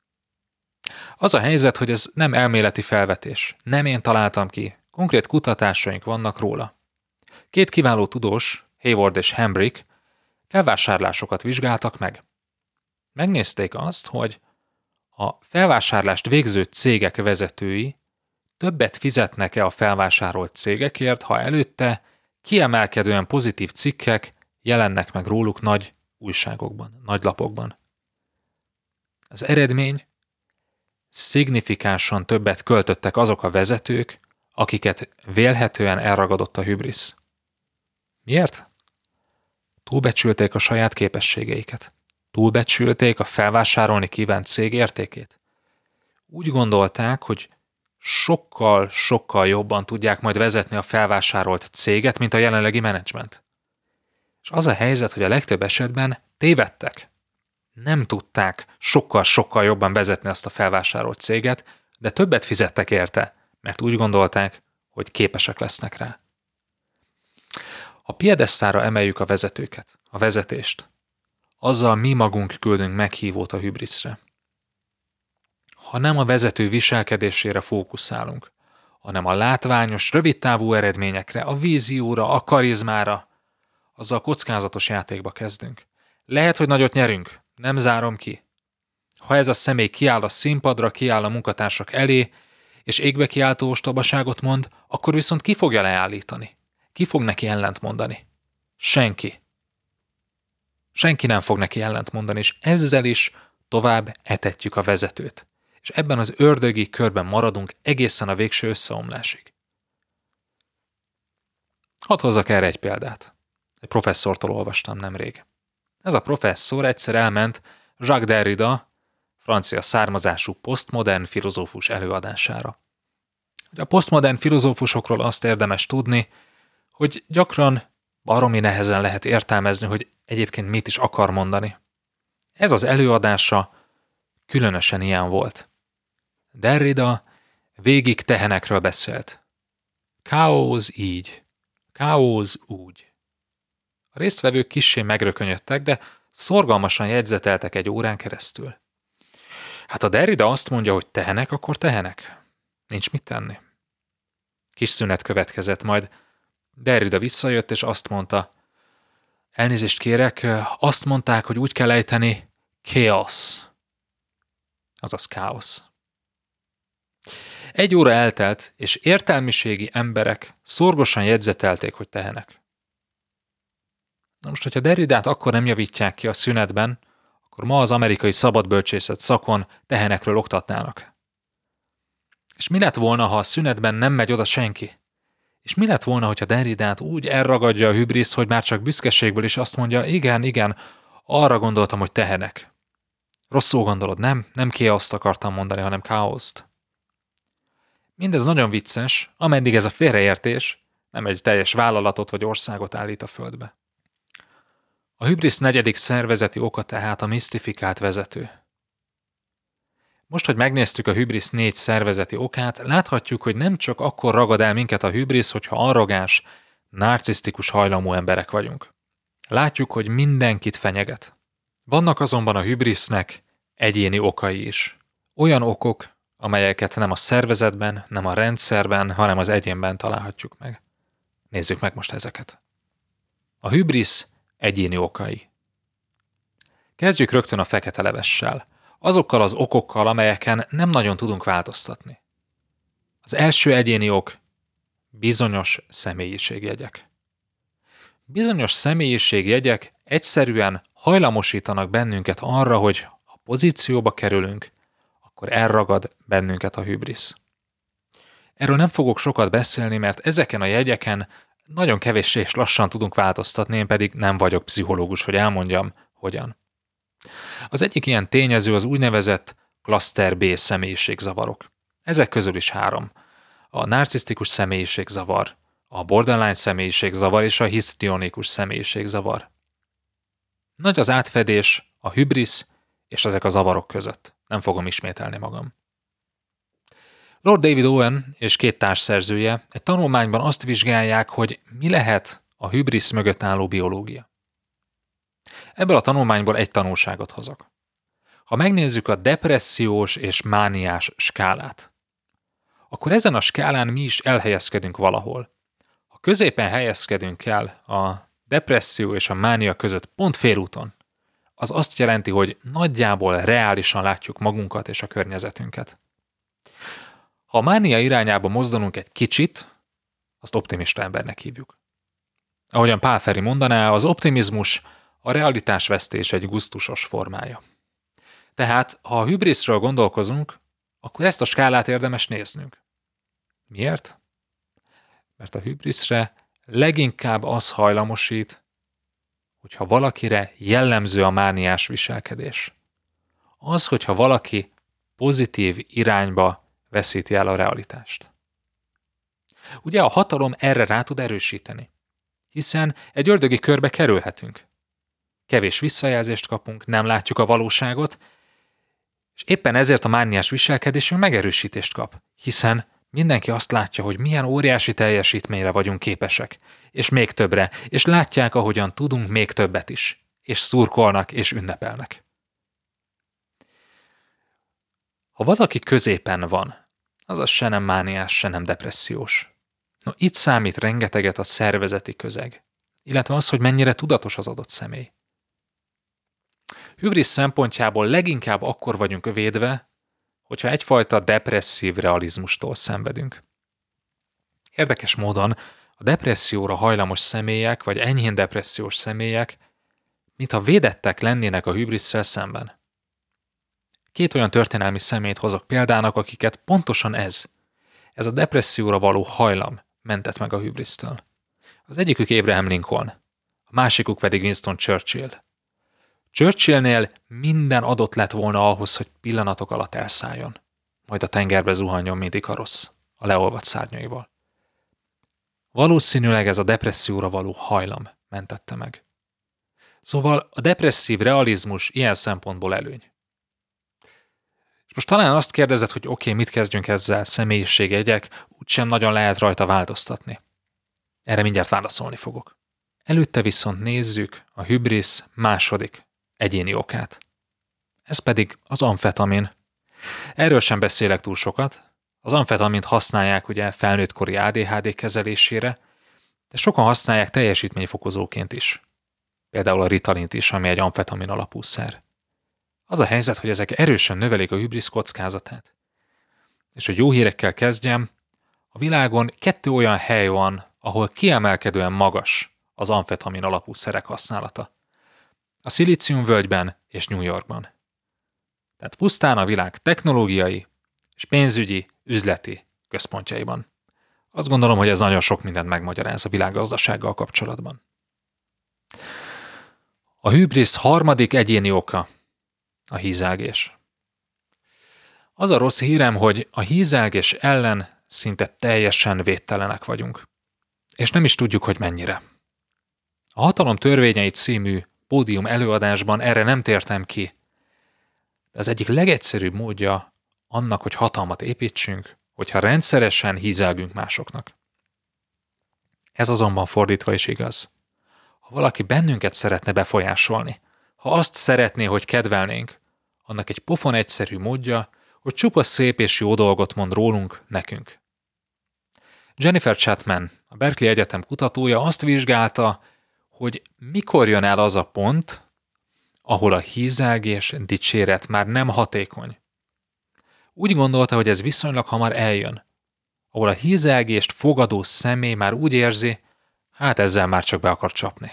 A: Az a helyzet, hogy ez nem elméleti felvetés. Nem én találtam ki. Konkrét kutatásaink vannak róla. Két kiváló tudós, Hayward és Hambrick, felvásárlásokat vizsgáltak meg. Megnézték azt, hogy a felvásárlást végző cégek vezetői többet fizetnek-e a felvásárolt cégekért, ha előtte kiemelkedően pozitív cikkek jelennek meg róluk nagy újságokban, nagy lapokban. Az eredmény: szignifikánsan többet költöttek azok a vezetők, akiket vélhetően elragadott a hübrisz. Miért? Túlbecsülték a saját képességeiket. Túlbecsülték a felvásárolni kívánt cég értékét. Úgy gondolták, hogy sokkal, sokkal jobban tudják majd vezetni a felvásárolt céget, mint a jelenlegi menedzsment. És az a helyzet, hogy a legtöbb esetben tévedtek. Nem tudták sokkal-sokkal jobban vezetni azt a felvásárolt céget, de többet fizettek érte, mert úgy gondolták, hogy képesek lesznek rá. Ha piedesztára emeljük a vezetőket, a vezetést, azzal mi magunk küldünk meghívót a hübriszre. Ha nem a vezető viselkedésére fókuszálunk, hanem a látványos, rövidtávú eredményekre, a vízióra, a karizmára, azzal kockázatos játékba kezdünk. Lehet, hogy nagyot nyerünk, nem zárom ki. Ha ez a személy kiáll a színpadra, kiáll a munkatársak elé, és égbe kiáltó ostobaságot mond, akkor viszont ki fogja leállítani? Ki fog neki ellent mondani? Senki. Senki nem fog neki ellent mondani, és ezzel is tovább etetjük a vezetőt. És ebben az ördögi körben maradunk egészen a végső összeomlásig. Hadd hozzak erre egy példát. Egy professzortól olvastam nemrég. Ez a professzor egyszer elment Jacques Derrida, francia származású posztmodern filozófus előadására. A posztmodern filozófusokról azt érdemes tudni, hogy gyakran baromi nehezen lehet értelmezni, hogy egyébként mit is akar mondani. Ez az előadása különösen ilyen volt. Derrida végig tehenekről beszélt. Káosz így, káosz úgy. A résztvevők kissé megrökönyödtek, de szorgalmasan jegyzeteltek egy órán keresztül. Hát a Derrida azt mondja, hogy tehenek, akkor tehenek. Nincs mit tenni. Kis szünet következett, majd Derrida visszajött, és azt mondta, elnézést kérek, azt mondták, hogy úgy kell ejteni, chaos. Azaz káosz. Egy óra eltelt, és értelmiségi emberek szorgosan jegyzetelték, hogy tehenek. Na most, hogyha Derridát akkor nem javítják ki a szünetben, akkor ma az amerikai szabadbölcsészet szakon tehenekről oktatnának. És mi lett volna, ha a szünetben nem megy oda senki? És mi lett volna, hogyha Derridát úgy elragadja a hübrisz, hogy már csak büszkeségből is azt mondja, igen, igen, arra gondoltam, hogy tehenek. Rosszul gondolod, nem? Nem káoszt akartam mondani, hanem káoszt. Mindez nagyon vicces, ameddig ez a félreértés nem egy teljes vállalatot vagy országot állít a földbe. A hübrisz negyedik szervezeti oka tehát a misztifikált vezető. Most, hogy megnéztük a hübrisz négy szervezeti okát, láthatjuk, hogy nem csak akkor ragad el minket a hübrisz, hogyha arrogáns, narcisztikus hajlamú emberek vagyunk. Látjuk, hogy mindenkit fenyeget. Vannak azonban a hübrisznek egyéni okai is. Olyan okok, amelyeket nem a szervezetben, nem a rendszerben, hanem az egyénben találhatjuk meg. Nézzük meg most ezeket. A hübrisz egyéni okai. Kezdjük rögtön a fekete levessel. Azokkal az okokkal, amelyeken nem nagyon tudunk változtatni. Az első egyéni ok bizonyos személyiségjegyek. Bizonyos személyiségjegyek egyszerűen hajlamosítanak bennünket arra, hogy ha pozícióba kerülünk, akkor elragad bennünket a hübrisz. Erről nem fogok sokat beszélni, mert ezeken a jegyeken nagyon kevéssé és lassan tudunk változtatni, én pedig nem vagyok pszichológus, hogy elmondjam, hogyan. Az egyik ilyen tényező az úgynevezett Cluster B személyiségzavarok. Ezek közül is három. A narcisztikus személyiségzavar, a borderline személyiségzavar és a hisztionikus személyiségzavar. Nagy az átfedés a hübrisz és ezek a zavarok között. Nem fogom ismételni magam. Lord David Owen és két társszerzője egy tanulmányban azt vizsgálják, hogy mi lehet a hübrisz mögött álló biológia. Ebből a tanulmányból egy tanulságot hozok. Ha megnézzük a depressziós és mániás skálát, akkor ezen a skálán mi is elhelyezkedünk valahol. Ha középen helyezkedünk el a depresszió és a mánia között pont félúton, az azt jelenti, hogy nagyjából reálisan látjuk magunkat és a környezetünket. Ha a mánia irányába mozdulunk egy kicsit, azt optimista embernek hívjuk. Ahogyan Pál Feri mondaná, az optimizmus a realitásvesztés egy gusztusos formája. Tehát, ha a hübriszről gondolkozunk, akkor ezt a skálát érdemes néznünk. Miért? Mert a hübriszre leginkább az hajlamosít, hogyha valakire jellemző a mániás viselkedés. Az, hogyha valaki pozitív irányba veszíti el a realitást. Ugye a hatalom erre rá tud erősíteni, hiszen egy ördögi körbe kerülhetünk. Kevés visszajelzést kapunk, nem látjuk a valóságot, és éppen ezért a mániás viselkedésünk megerősítést kap, hiszen mindenki azt látja, hogy milyen óriási teljesítményre vagyunk képesek, és még többre, és látják, ahogyan tudunk még többet is, és szurkolnak, és ünnepelnek. Ha valaki középen van, azaz se nem mániás, se nem depressziós. No, itt számít rengeteget a szervezeti közeg, illetve az, hogy mennyire tudatos az adott személy. Hübrisz szempontjából leginkább akkor vagyunk védve, hogyha egyfajta depresszív realizmustól szenvedünk. Érdekes módon a depresszióra hajlamos személyek, vagy enyhén depressziós személyek mintha védettek lennének a hübrisszel szemben. Két olyan történelmi személyt hozok példának, akiket pontosan ez, ez a depresszióra való hajlam mentett meg a hübrisztől. Az egyikük Abraham Lincoln, a másikuk pedig Winston Churchill. Churchillnél minden adott lett volna ahhoz, hogy pillanatok alatt elszálljon, majd a tengerbe zuhanjon, mint Ikarosz, a leolvadt szárnyaival. Valószínűleg ez a depresszióra való hajlam mentette meg. Szóval a depresszív realizmus ilyen szempontból előny. És most talán azt kérdezed, hogy oké, okay, mit kezdjünk ezzel, személyiségjegyek, úgysem nagyon lehet rajta változtatni. Erre mindjárt válaszolni fogok. Előtte viszont nézzük a hübrisz második egyéni okát. Ez pedig az amfetamin. Erről sem beszélek túl sokat. Az amfetamint használják ugye felnőttkori á dé há dé kezelésére, de sokan használják teljesítményfokozóként is. Például a Ritalint is, ami egy amfetamin alapú szer. Az a helyzet, hogy ezek erősen növelik a hübrisz kockázatát. És hogy jó hírekkel kezdjem, a világon kettő olyan hely van, ahol kiemelkedően magas az amfetamin alapú szerek használata. A Szilícium völgyben és New Yorkban. Tehát pusztán a világ technológiai és pénzügyi, üzleti központjaiban. Azt gondolom, hogy ez nagyon sok mindent megmagyaráz a világgazdasággal kapcsolatban. A hübrisz harmadik egyéni oka a hízelgés. Az a rossz hírem, hogy a hízelgés ellen szinte teljesen védtelenek vagyunk. És nem is tudjuk, hogy mennyire. A Hatalom törvényei című pódium előadásban erre nem tértem ki. De az egyik legegyszerűbb módja annak, hogy hatalmat építsünk, hogyha rendszeresen hízelgünk másoknak. Ez azonban fordítva is igaz. Ha valaki bennünket szeretne befolyásolni, ha azt szeretné, hogy kedvelnénk, annak egy pofon egyszerű módja, hogy csupa szép és jó dolgot mond rólunk nekünk. Jennifer Chapman, a Berkeley Egyetem kutatója azt vizsgálta, hogy mikor jön el az a pont, ahol a hízelgés, dicséret már nem hatékony. Úgy gondolta, hogy ez viszonylag hamar eljön, ahol a hízelgést fogadó személy már úgy érzi, hát ezzel már csak be akar csapni.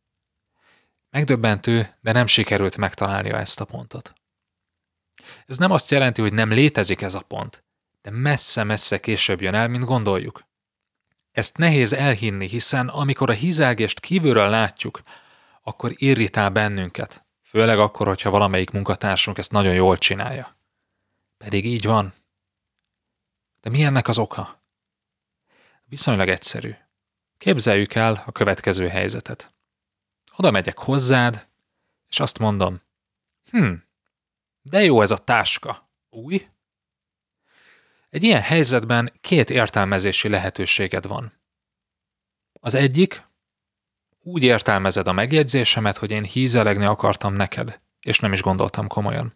A: Megdöbbentő, de nem sikerült megtalálnia ezt a pontot. Ez nem azt jelenti, hogy nem létezik ez a pont, de messze-messze később jön el, mint gondoljuk. Ezt nehéz elhinni, hiszen amikor a hízelgést kívülről látjuk, akkor irritál bennünket, főleg akkor, hogyha valamelyik munkatársunk ezt nagyon jól csinálja. Pedig így van. De mi ennek az oka? Viszonylag egyszerű. Képzeljük el a következő helyzetet. Oda megyek hozzád, és azt mondom, hm, de jó ez a táska. Új? Egy ilyen helyzetben két értelmezési lehetőséged van. Az egyik, úgy értelmezed a megjegyzésemet, hogy én hízelegni akartam neked, és nem is gondoltam komolyan.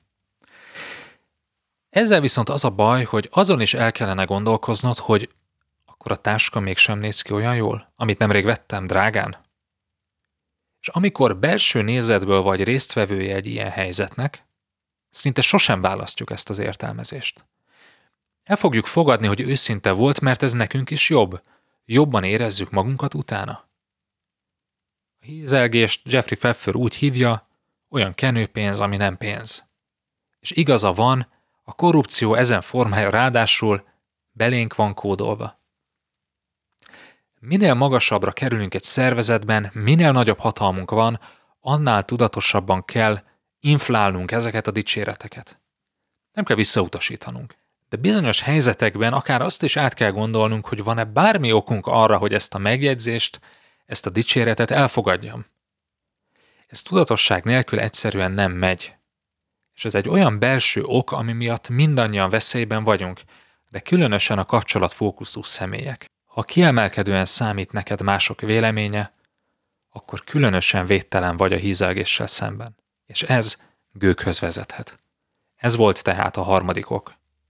A: Ezzel viszont az a baj, hogy azon is el kellene gondolkoznod, hogy akkor a táska mégsem néz ki olyan jól, amit nemrég vettem drágán. És amikor belső nézetből vagy résztvevője egy ilyen helyzetnek, szinte sosem választjuk ezt az értelmezést. El fogjuk fogadni, hogy őszinte volt, mert ez nekünk is jobb. Jobban érezzük magunkat utána. A hízelgést Jeffrey Pfeffer úgy hívja, olyan kenőpénz, ami nem pénz. És igaza van, a korrupció ezen formája ráadásul belénk van kódolva. Minél magasabbra kerülünk egy szervezetben, minél nagyobb hatalmunk van, annál tudatosabban kell inflálnunk ezeket a dicséreteket. Nem kell visszautasítanunk. De bizonyos helyzetekben akár azt is át kell gondolnunk, hogy van-e bármi okunk arra, hogy ezt a megjegyzést, ezt a dicséretet elfogadjam. Ez tudatosság nélkül egyszerűen nem megy. És ez egy olyan belső ok, ami miatt mindannyian veszélyben vagyunk, de különösen a kapcsolatfókuszú személyek. Ha kiemelkedően számít neked mások véleménye, akkor különösen védtelen vagy a hízelgéssel szemben. És ez gőghöz vezethet. Ez volt tehát a harmadik ok.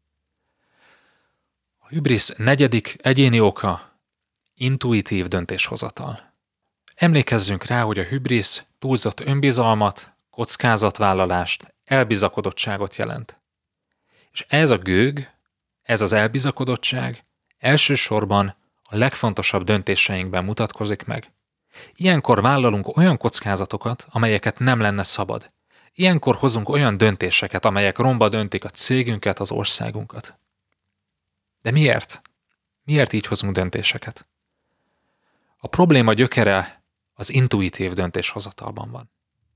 A: A hübrisz negyedik egyéni oka intuitív döntéshozatal. Emlékezzünk rá, hogy a hübrisz túlzott önbizalmat, kockázatvállalást, elbizakodottságot jelent. És ez a gőg, ez az elbizakodottság elsősorban a legfontosabb döntéseinkben mutatkozik meg. Ilyenkor vállalunk olyan kockázatokat, amelyeket nem lenne szabad. Ilyenkor hozunk olyan döntéseket, amelyek romba döntik a cégünket, az országunkat. De miért? Miért így hozunk döntéseket? A probléma gyökere az intuitív döntéshozatalban van.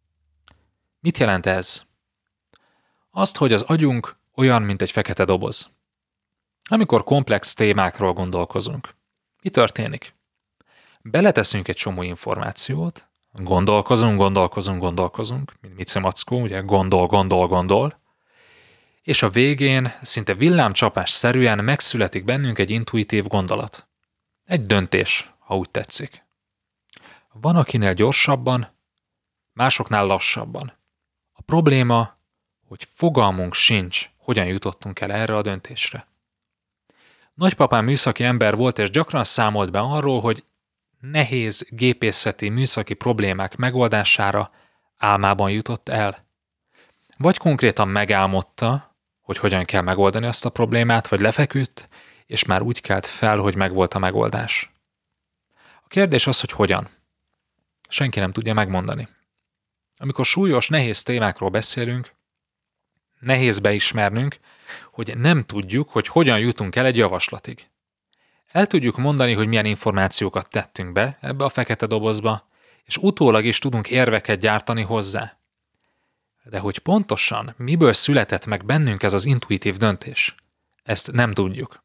A: Mit jelent ez? Azt, hogy az agyunk olyan, mint egy fekete doboz. Amikor komplex témákról gondolkozunk, mi történik? Beleteszünk egy csomó információt, gondolkozunk, gondolkozunk, gondolkozunk, mint Mici Mackó, ugye gondol, gondol, gondol, és a végén szinte villámcsapásszerűen megszületik bennünk egy intuitív gondolat. Egy döntés, ha úgy tetszik. Van akinél gyorsabban, másoknál lassabban. A probléma, hogy fogalmunk sincs, hogyan jutottunk el erre a döntésre. Nagypapám műszaki ember volt, és gyakran számolt be arról, hogy nehéz gépészeti műszaki problémák megoldására álmában jutott el. Vagy konkrétan megálmodta, hogy hogyan kell megoldani azt a problémát, vagy lefeküdt, és már úgy kelt fel, hogy megvolt a megoldás. A kérdés az, hogy hogyan. Senki nem tudja megmondani. Amikor súlyos, nehéz témákról beszélünk, nehéz beismernünk, hogy nem tudjuk, hogy hogyan jutunk el egy javaslatig. El tudjuk mondani, hogy milyen információkat tettünk be ebbe a fekete dobozba, és utólag is tudunk érveket gyártani hozzá. De hogy pontosan miből született meg bennünk ez az intuitív döntés, ezt nem tudjuk.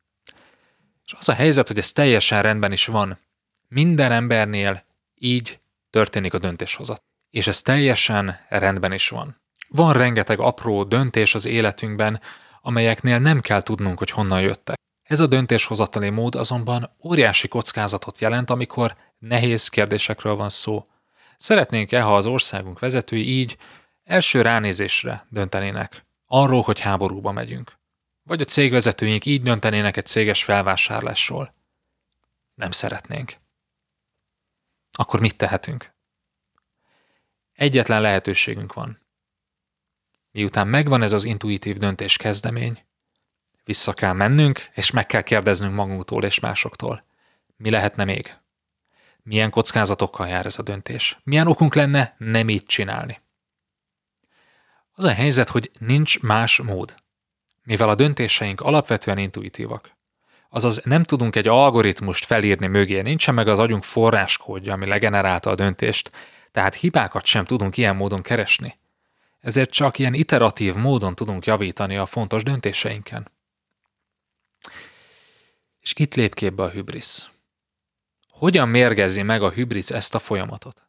A: És az a helyzet, hogy ez teljesen rendben is van. Minden embernél így történik a döntéshozat. És ez teljesen rendben is van. Van rengeteg apró döntés az életünkben, amelyeknél nem kell tudnunk, hogy honnan jöttek. Ez a döntéshozatali mód azonban óriási kockázatot jelent, amikor nehéz kérdésekről van szó. Szeretnénk-e, ha az országunk vezetői így első ránézésre döntenének arról, hogy háborúba megyünk? Vagy a cégvezetőink így döntenének egy céges felvásárlásról? Nem szeretnénk. Akkor mit tehetünk? Egyetlen lehetőségünk van. Miután megvan ez az intuitív döntés kezdemény, vissza kell mennünk, és meg kell kérdeznünk magunktól és másoktól. Mi lehetne még? Milyen kockázatokkal jár ez a döntés? Milyen okunk lenne nem így csinálni? Az a helyzet, hogy nincs más mód. Mivel a döntéseink alapvetően intuitívak, azaz nem tudunk egy algoritmust felírni mögé, nincsen meg az agyunk forráskódja, ami legenerálta a döntést, tehát hibákat sem tudunk ilyen módon keresni. Ezért csak ilyen iteratív módon tudunk javítani a fontos döntéseinken. És itt lép képbe a hübrisz. Hogyan mérgezi meg a hübrisz ezt a folyamatot?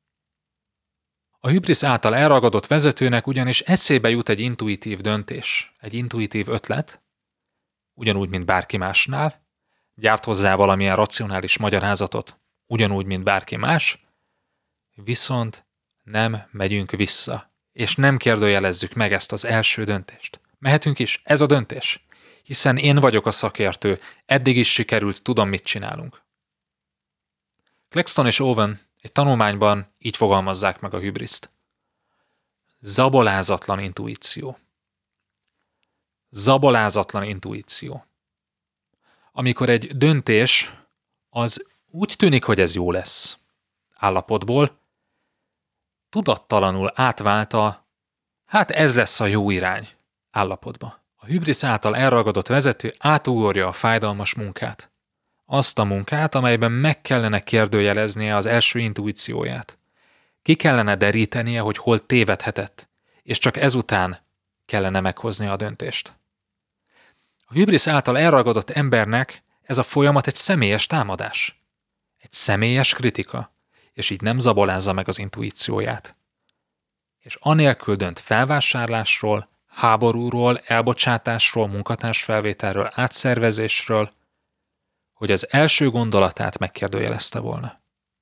A: A hübrisz által elragadott vezetőnek ugyanis eszébe jut egy intuitív döntés, egy intuitív ötlet, ugyanúgy, mint bárki másnál, gyárt hozzá valamilyen racionális magyarázatot, ugyanúgy, mint bárki más, viszont nem megyünk vissza, és nem kérdőjelezzük meg ezt az első döntést. Mehetünk is, ez a döntés, hiszen én vagyok a szakértő, eddig is sikerült, tudom, mit csinálunk. Claxton és Owen egy tanulmányban így fogalmazzák meg a hübriszt. Zabolázatlan intuíció. Zabolázatlan intuíció. Amikor egy döntés az úgy tűnik, hogy ez jó lesz állapotból, tudattalanul átvált a hát ez lesz a jó irány állapotba. A hübrisz által elragadott vezető átugorja a fájdalmas munkát. Azt a munkát, amelyben meg kellene kérdőjeleznie az első intuícióját. Ki kellene derítenie, hogy hol tévedhetett, és csak ezután kellene meghoznia a döntést. A hübrisz által elragadott embernek ez a folyamat egy személyes támadás. Egy személyes kritika, és így nem zabolázza meg az intuícióját. És anélkül dönt felvásárlásról, háborúról, elbocsátásról, munkatársfelvételről, átszervezésről, hogy az első gondolatát megkérdőjelezte volna.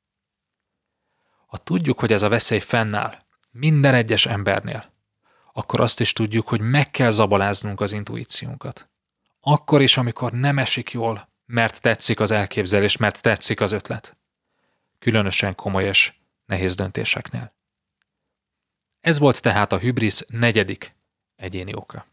A: Ha tudjuk, hogy ez a veszély fennáll minden egyes embernél, akkor azt is tudjuk, hogy meg kell zaboláznunk az intuíciónkat. Akkor is, amikor nem esik jól, mert tetszik az elképzelés, mert tetszik az ötlet. Különösen komoly és nehéz döntéseknél. Ez volt tehát a hübrisz negyedik egyéni oka.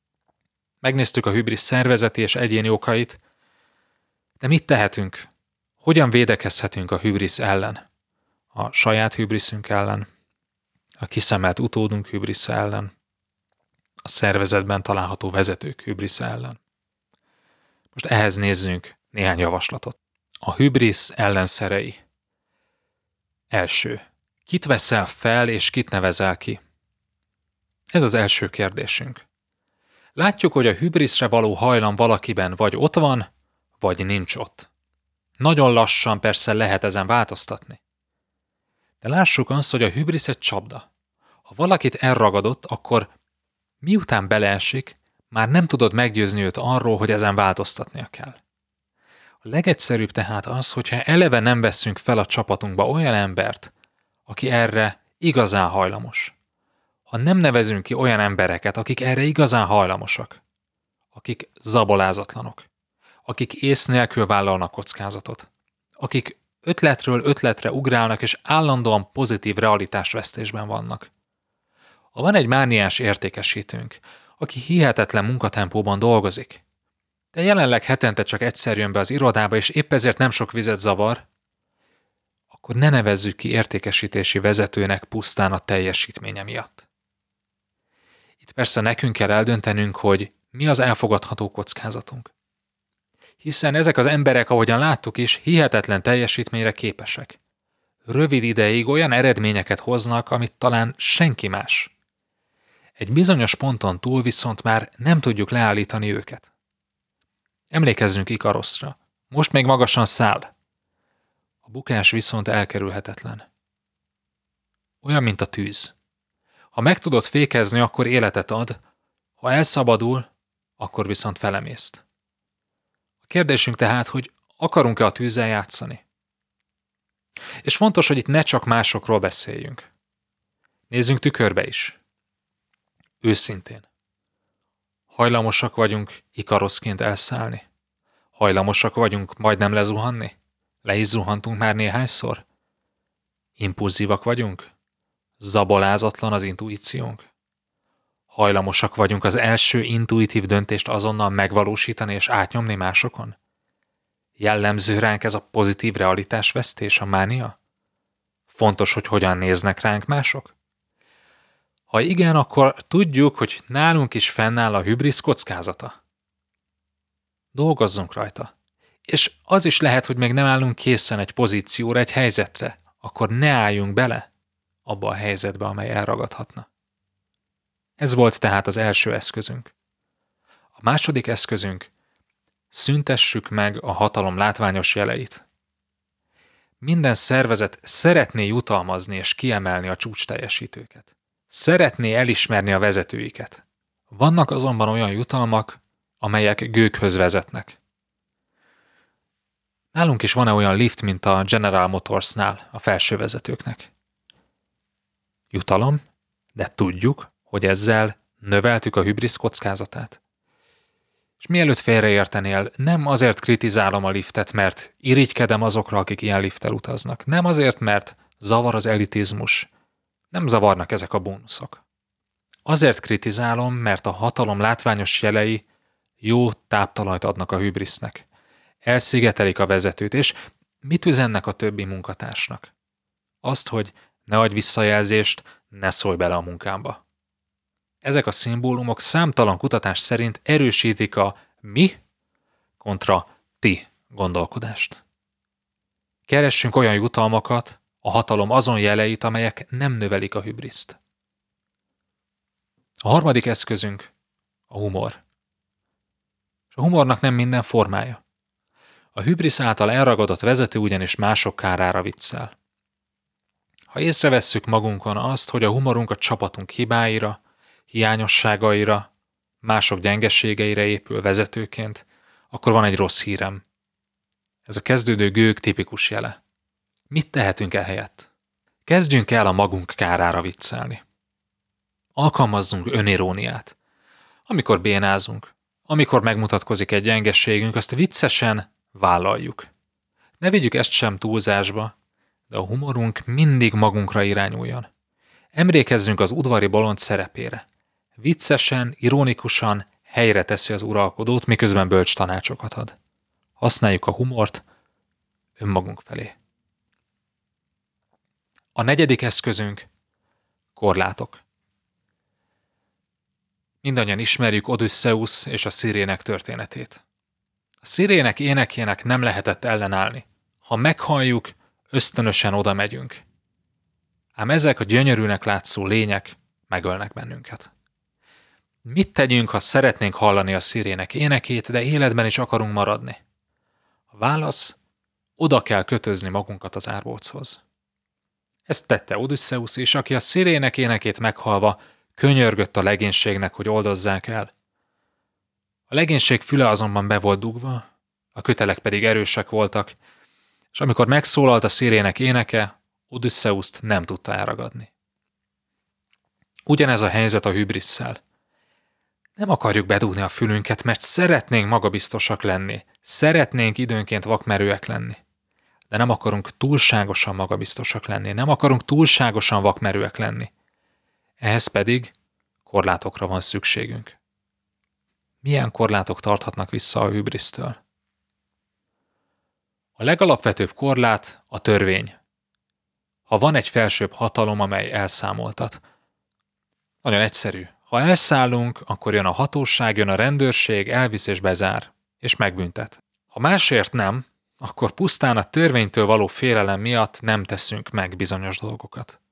A: Megnéztük a hübrisz szervezeti és egyéni okait, de mit tehetünk, Hogyan védekezhetünk a hübrisz ellen? A saját hübriszünk ellen, a kiszemelt utódunk hübrisze ellen, a szervezetben található vezetők hübrisze ellen. Most ehhez nézzünk néhány javaslatot. A hübrisz ellenszerei. Első. Kit veszel fel és kit nevezel ki? Ez az első kérdésünk. Látjuk, hogy a hübriszre való hajlam valakiben vagy ott van, vagy nincs ott. Nagyon lassan persze lehet ezen változtatni. De lássuk azt, hogy a hübrisz egy csapda. Ha valakit elragadott, akkor miután beleesik, már nem tudod meggyőzni őt arról, hogy ezen változtatnia kell. A legegyszerűbb tehát az, hogyha eleve nem veszünk fel a csapatunkba olyan embert, aki erre igazán hajlamos. Ha nem nevezünk ki olyan embereket, akik erre igazán hajlamosak, akik zabolázatlanok, akik ész nélkül vállalnak kockázatot, akik ötletről ötletre ugrálnak és állandóan pozitív realitásvesztésben vannak. Ha van egy mániás értékesítőnk, aki hihetetlen munkatempóban dolgozik, de jelenleg hetente csak egyszer jön be az irodába, és épp ezért nem sok vizet zavar, akkor ne nevezzük ki értékesítési vezetőnek pusztán a teljesítménye miatt. Itt persze nekünk kell eldöntenünk, hogy mi az elfogadható kockázatunk. Hiszen ezek az emberek, ahogyan láttuk is, hihetetlen teljesítményre képesek. Rövid ideig olyan eredményeket hoznak, amit talán senki más. Egy bizonyos ponton túl viszont már nem tudjuk leállítani őket. Emlékezzünk Ikaroszra. Most még magasan száll. A bukás viszont elkerülhetetlen. Olyan, mint a tűz. Ha meg tudod fékezni, akkor életet ad, ha elszabadul, akkor viszont felemészt. A kérdésünk tehát, hogy akarunk-e a tűzzel játszani? És fontos, hogy itt ne csak másokról beszéljünk. Nézzünk tükörbe is. Őszintén. Hajlamosak vagyunk Ikaroszként elszállni? Hajlamosak vagyunk majdnem lezuhanni? Le is zuhantunk már néhányszor? Impulzívak vagyunk? Zabolázatlan az intuíciónk? Hajlamosak vagyunk az első intuitív döntést azonnal megvalósítani és átnyomni másokon? Jellemző ránk ez a pozitív realitásvesztés, a mánia? Fontos, hogy hogyan néznek ránk mások? Ha igen, akkor tudjuk, hogy nálunk is fennáll a hübrisz kockázata. Dolgozzunk rajta. És az is lehet, hogy még nem állunk készen egy pozícióra, egy helyzetre, akkor ne álljunk bele abba a helyzetbe, amely elragadhatna. Ez volt tehát az első eszközünk. A második eszközünk: szüntessük meg a hatalom látványos jeleit. Minden szervezet szeretné jutalmazni és kiemelni a csúcsteljesítőket. Szeretné elismerni a vezetőiket. Vannak azonban olyan jutalmak, amelyek gőghöz vezetnek. Nálunk is van-e olyan lift, mint a General Motorsnál a felső vezetőknek? Jutalom, de tudjuk, hogy ezzel növeltük a hübrisz kockázatát. És mielőtt félreértenél, nem azért kritizálom a liftet, mert irigykedem azokra, akik ilyen lifttel utaznak. Nem azért, mert zavar az elitizmus. Nem zavarnak ezek a bónuszok. Azért kritizálom, mert a hatalom látványos jelei jó táptalajt adnak a hübrisznek. Elszigetelik a vezetőt, és mit üzennek a többi munkatársnak? Azt, hogy ne adj visszajelzést, ne szólj bele a munkámba. Ezek a szimbólumok számtalan kutatás szerint erősítik a mi kontra ti gondolkodást. Keressünk olyan jutalmakat, a hatalom azon jeleit, amelyek nem növelik a hübriszt. A harmadik eszközünk a humor. És a humornak nem minden formája. A hübrisz által elragadott vezető ugyanis mások kárára viccel. Ha észrevesszük magunkon azt, hogy a humorunk a csapatunk hibáira, hiányosságaira, mások gyengeségeire épül vezetőként, akkor van egy rossz hírem. Ez a kezdődő gőg tipikus jele. Mit tehetünk ehelyett? Kezdjünk el a magunk kárára viccelni. Alkalmazzunk öniróniát. Amikor bénázunk, amikor megmutatkozik egy gyengeségünk, azt viccesen vállaljuk. Ne vigyük ezt sem túlzásba, de a humorunk mindig magunkra irányuljon. Emlékezzünk az udvari bolond szerepére. Viccesen, ironikusan helyre teszi az uralkodót, miközben bölcs tanácsokat ad. Használjuk a humort önmagunk felé. A negyedik eszközünk korlátok. Mindannyian ismerjük Odüsszeusz és a szirének történetét. A szirének énekének nem lehetett ellenállni. Ha meghalljuk, ösztönösen oda megyünk. Ám ezek a gyönyörűnek látszó lények megölnek bennünket. Mit tegyünk, ha szeretnénk hallani a szirének énekét, de életben is akarunk maradni? A válasz, oda kell kötözni magunkat az árbóchoz. Ezt tette Odüsszeusz is, aki a szirének énekét meghalva könyörgött a legénységnek, hogy oldozzák el. A legénység füle azonban be volt dugva, a kötelek pedig erősek voltak, és amikor megszólalt a szirének éneke, Odüsszeuszt nem tudta elragadni. Ugyanez a helyzet a hübrisszel. Nem akarjuk bedugni a fülünket, mert szeretnénk magabiztosak lenni, szeretnénk időnként vakmerőek lenni, de nem akarunk túlságosan magabiztosak lenni, nem akarunk túlságosan vakmerőek lenni. Ehhez pedig korlátokra van szükségünk. Milyen korlátok tarthatnak vissza a hübrisztől? A legalapvetőbb korlát a törvény. Ha van egy felsőbb hatalom, amely elszámoltat. Nagyon egyszerű. Ha elszállunk, akkor jön a hatóság, jön a rendőrség, elvisz és bezár, és megbüntet. Ha másért nem, akkor pusztán a törvénytől való félelem miatt nem teszünk meg bizonyos dolgokat.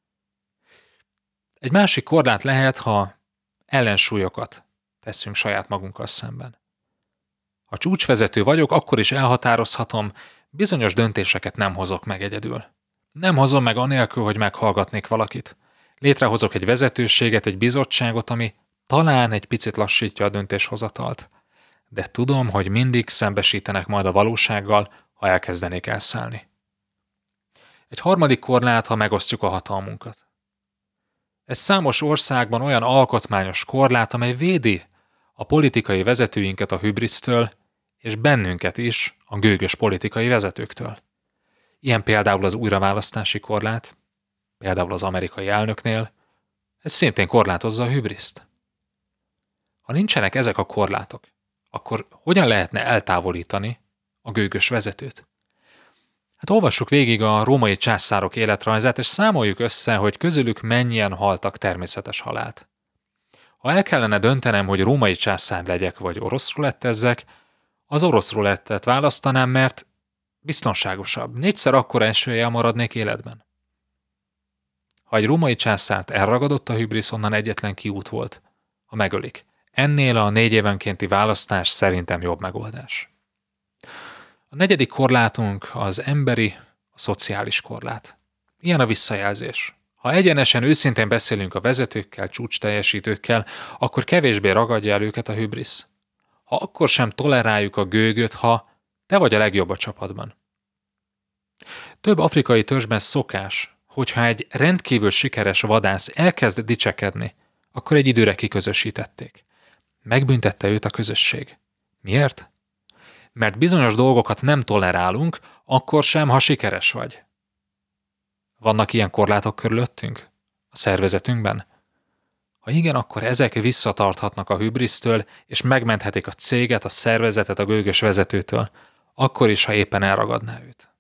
A: Egy másik korlát lehet, ha ellensúlyokat teszünk saját magunkkal szemben. Ha csúcsvezető vagyok, akkor is elhatározhatom, bizonyos döntéseket nem hozok meg egyedül. Nem hozom meg anélkül, hogy meghallgatnék valakit. Létrehozok egy vezetőséget, egy bizottságot, ami talán egy picit lassítja a döntéshozatalt. De tudom, hogy mindig szembesítenek majd a valósággal, ha elkezdenék elszállni. Egy harmadik korlát, ha megosztjuk a hatalmunkat. Ez számos országban olyan alkotmányos korlát, amely védi a politikai vezetőinket a hübrisztől, és bennünket is a gőgös politikai vezetőktől. Ilyen például az újraválasztási korlát, például az amerikai elnöknél, ez szintén korlátozza a hübriszt. Ha nincsenek ezek a korlátok, akkor hogyan lehetne eltávolítani a gőgös vezetőt? Hát olvassuk végig a római császárok életrajzát, és számoljuk össze, hogy közülük mennyien haltak természetes halált. Ha el kellene döntenem, hogy római császár legyek, vagy orosz rulettezzek, az orosz rulettet választanám, mert biztonságosabb, négyszer akkora eséllyel maradnék életben. Ha egy római császárt elragadott a hübrisz, onnan egyetlen kiút volt, ha megölik. Ennél a négy évenkénti választás szerintem jobb megoldás. A negyedik korlátunk az emberi, a szociális korlát. Ilyen a visszajelzés. Ha egyenesen őszintén beszélünk a vezetőkkel, csúcsteljesítőkkel, akkor kevésbé ragadja el őket a hübrisz. Ha akkor sem toleráljuk a gőgöt, ha te vagy a legjobb a csapatban. Több afrikai törzsben szokás, hogyha egy rendkívül sikeres vadász elkezd dicsekedni, akkor egy időre kiközösítették. Megbüntette őt a közösség. Miért? Mert bizonyos dolgokat nem tolerálunk, akkor sem, ha sikeres vagy. Vannak ilyen korlátok körülöttünk? A szervezetünkben? Ha igen, akkor ezek visszatarthatnak a hübrisztől, és megmenthetik a céget, a szervezetet a gőgös vezetőtől, akkor is, ha éppen elragadná őt.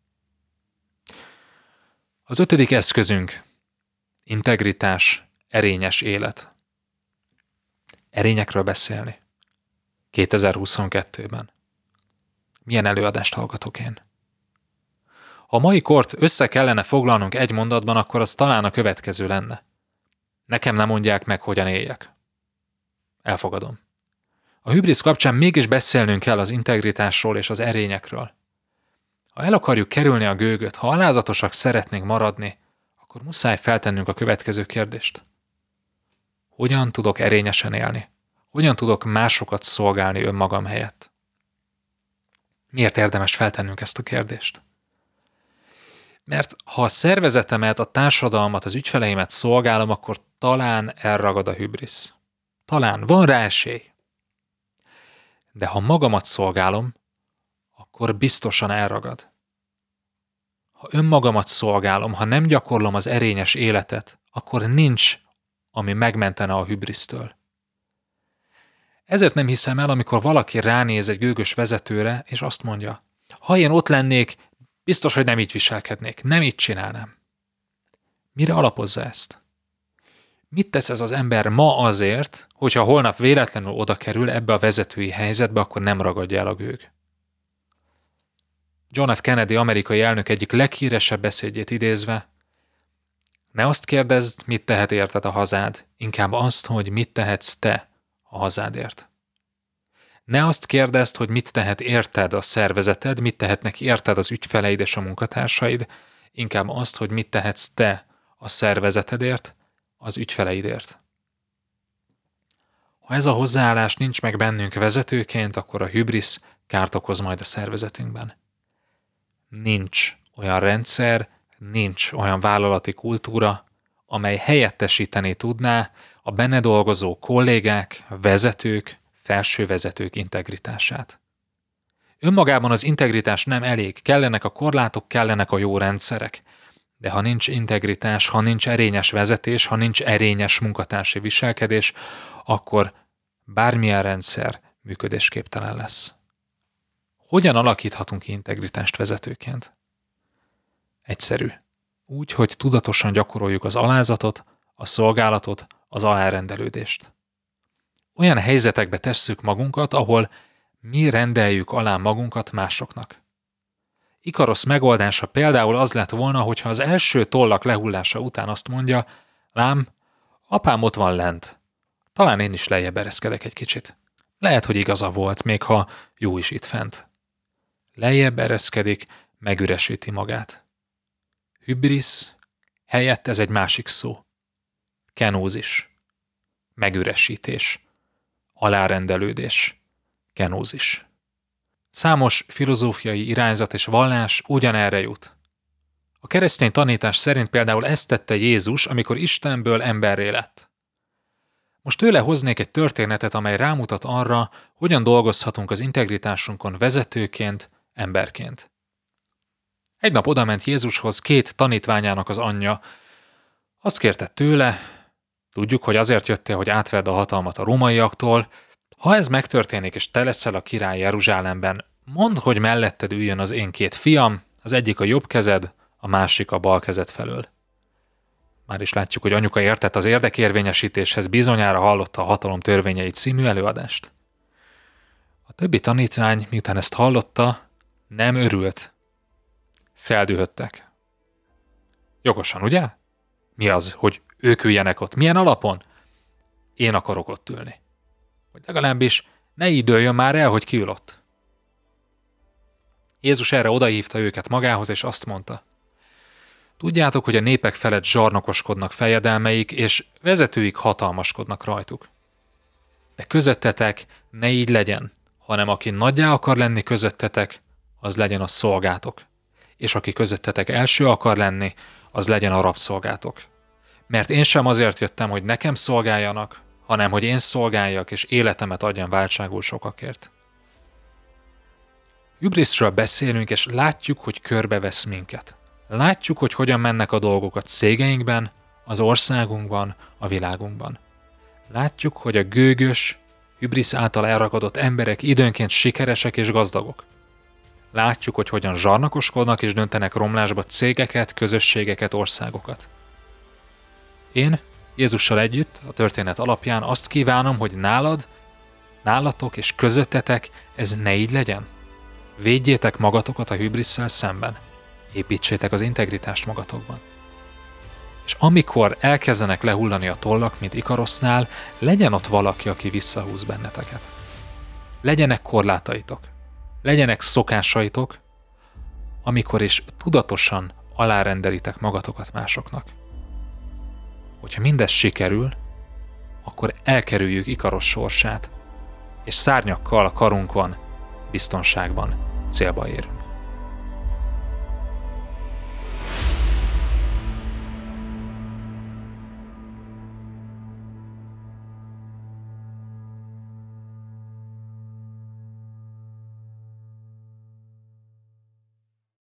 A: Az ötödik eszközünk. Integritás, erényes élet. Erényekről beszélni. kétezer-huszonkettőben. Milyen előadást hallgatok én? Ha a mai kort össze kellene foglalnunk egy mondatban, akkor az talán a következő lenne. Nekem nem mondják meg, hogyan éljek. Elfogadom. A hübrisz kapcsán mégis beszélnünk kell az integritásról és az erényekről. Ha el akarjuk kerülni a gőgöt, ha alázatosak szeretnénk maradni, akkor muszáj feltennünk a következő kérdést. Hogyan tudok erényesen élni? Hogyan tudok másokat szolgálni önmagam helyett? Miért érdemes feltennünk ezt a kérdést? Mert ha a szervezetemet, a társadalmat, az ügyfeleimet szolgálom, akkor talán elragad a hübrisz. Talán, van rá esély. De ha magamat szolgálom, akkor biztosan elragad. Ha önmagamat szolgálom, ha nem gyakorlom az erényes életet, akkor nincs, ami megmentene a hübrisztől. Ezért nem hiszem el, amikor valaki ránéz egy gőgös vezetőre, és azt mondja, ha én ott lennék, Biztos, hogy nem így viselkednék, nem így csinálnám. Mire alapozza ezt? Mit tesz ez az ember ma azért, hogyha holnap véletlenül oda kerül ebbe a vezetői helyzetbe, akkor nem ragadja el a gőg? John F. Kennedy amerikai elnök egyik leghíresebb beszédjét idézve, ne azt kérdezd, mit tehet érted a hazád, inkább azt, hogy mit tehetsz te a hazádért. Ne azt kérdezd, hogy mit tehet érted a szervezeted, mit tehetnek érted az ügyfeleid és a munkatársaid, inkább azt, hogy mit tehetsz te a szervezetedért, az ügyfeleidért. Ha ez a hozzáállás nincs meg bennünk vezetőként, akkor a hübrisz kárt okoz majd a szervezetünkben. Nincs olyan rendszer, nincs olyan vállalati kultúra, amely helyettesíteni tudná a benne dolgozó kollégák, vezetők, felsővezetők integritását. Önmagában az integritás nem elég, kellenek a korlátok, kellenek a jó rendszerek. De ha nincs integritás, ha nincs erényes vezetés, ha nincs erényes munkatársi viselkedés, akkor bármilyen rendszer működésképtelen lesz. Hogyan alakíthatunk ki integritást vezetőként? Egyszerű. Úgy, hogy tudatosan gyakoroljuk az alázatot, a szolgálatot, az alárendelődést. Olyan helyzetekbe tesszük magunkat, ahol mi rendeljük alá magunkat másoknak. Ikarosz megoldása például az lett volna, hogyha az első tollak lehullása után azt mondja, lám, apám ott van lent. Talán én is lejjebb ereszkedek egy kicsit. Lehet, hogy igaza volt, még ha jó is itt fent. Lejjebb ereszkedik, megüresíti magát. Hübrisz, helyett ez egy másik szó. Kenózis. Megüresítés. Alárendelődés. Kenózis. Számos filozófiai irányzat és vallás ugyanerre jut. A keresztény tanítás szerint például ezt tette Jézus, amikor Istenből emberré lett. Most tőle hoznék egy történetet, amely rámutat arra, hogyan dolgozhatunk az integritásunkon vezetőként, emberként. Egy nap odament Jézushoz két tanítványának az anyja. Azt kérte tőle, tudjuk, hogy azért jöttél, hogy átvedd a hatalmat a rómaiaktól, ha ez megtörténik, és te leszel a király Jeruzsálemben, mondd, hogy melletted üljön az én két fiam, az egyik a jobb kezed, a másik a bal kezed felől. Már is látjuk, hogy anyuka értett az érdekérvényesítéshez, bizonyára hallotta a Hatalom törvényeit című előadást. A többi tanítvány, miután ezt hallotta, nem örült. Feldühödtek. Jogosan, ugye? Mi az, hogy ők üljenek ott? Milyen alapon? Én akarok ott ülni. Vagy legalábbis ne így dőljön már el, hogy ki ül ott. Jézus erre odahívta őket magához, és azt mondta, tudjátok, hogy a népek felett zsarnokoskodnak fejedelmeik, és vezetőik hatalmaskodnak rajtuk. De közöttetek ne így legyen, hanem aki nagyjá akar lenni közöttetek, az legyen a szolgátok. És aki közöttetek első akar lenni, az legyen a rabszolgátok. Mert én sem azért jöttem, hogy nekem szolgáljanak, hanem hogy én szolgáljak, és életemet adjam váltságul sokakért. Hübriszről beszélünk, és látjuk, hogy körbevesz minket. Látjuk, hogy hogyan mennek a dolgok a cégeinkben, az országunkban, a világunkban. Látjuk, hogy a gőgös, hübrisz által elragadott emberek időnként sikeresek és gazdagok. Látjuk, hogy hogyan zsarnokoskodnak és döntenek romlásba cégeket, közösségeket, országokat. Én, Jézussal együtt, a történet alapján azt kívánom, hogy nálad, nálatok és közöttetek ez ne így legyen. Védjétek magatokat a hübrisszel szemben. Építsétek az integritást magatokban. És amikor elkezdenek lehullani a tollak, mint Ikarosznál, legyen ott valaki, aki visszahúz benneteket. Legyenek korlátaitok. Legyenek szokásaitok, amikor is tudatosan alárendelitek magatokat másoknak. Hogyha mindez sikerül, akkor elkerüljük Ikaros sorsát, és szárnyakkal a karunkon, biztonságban célba érünk.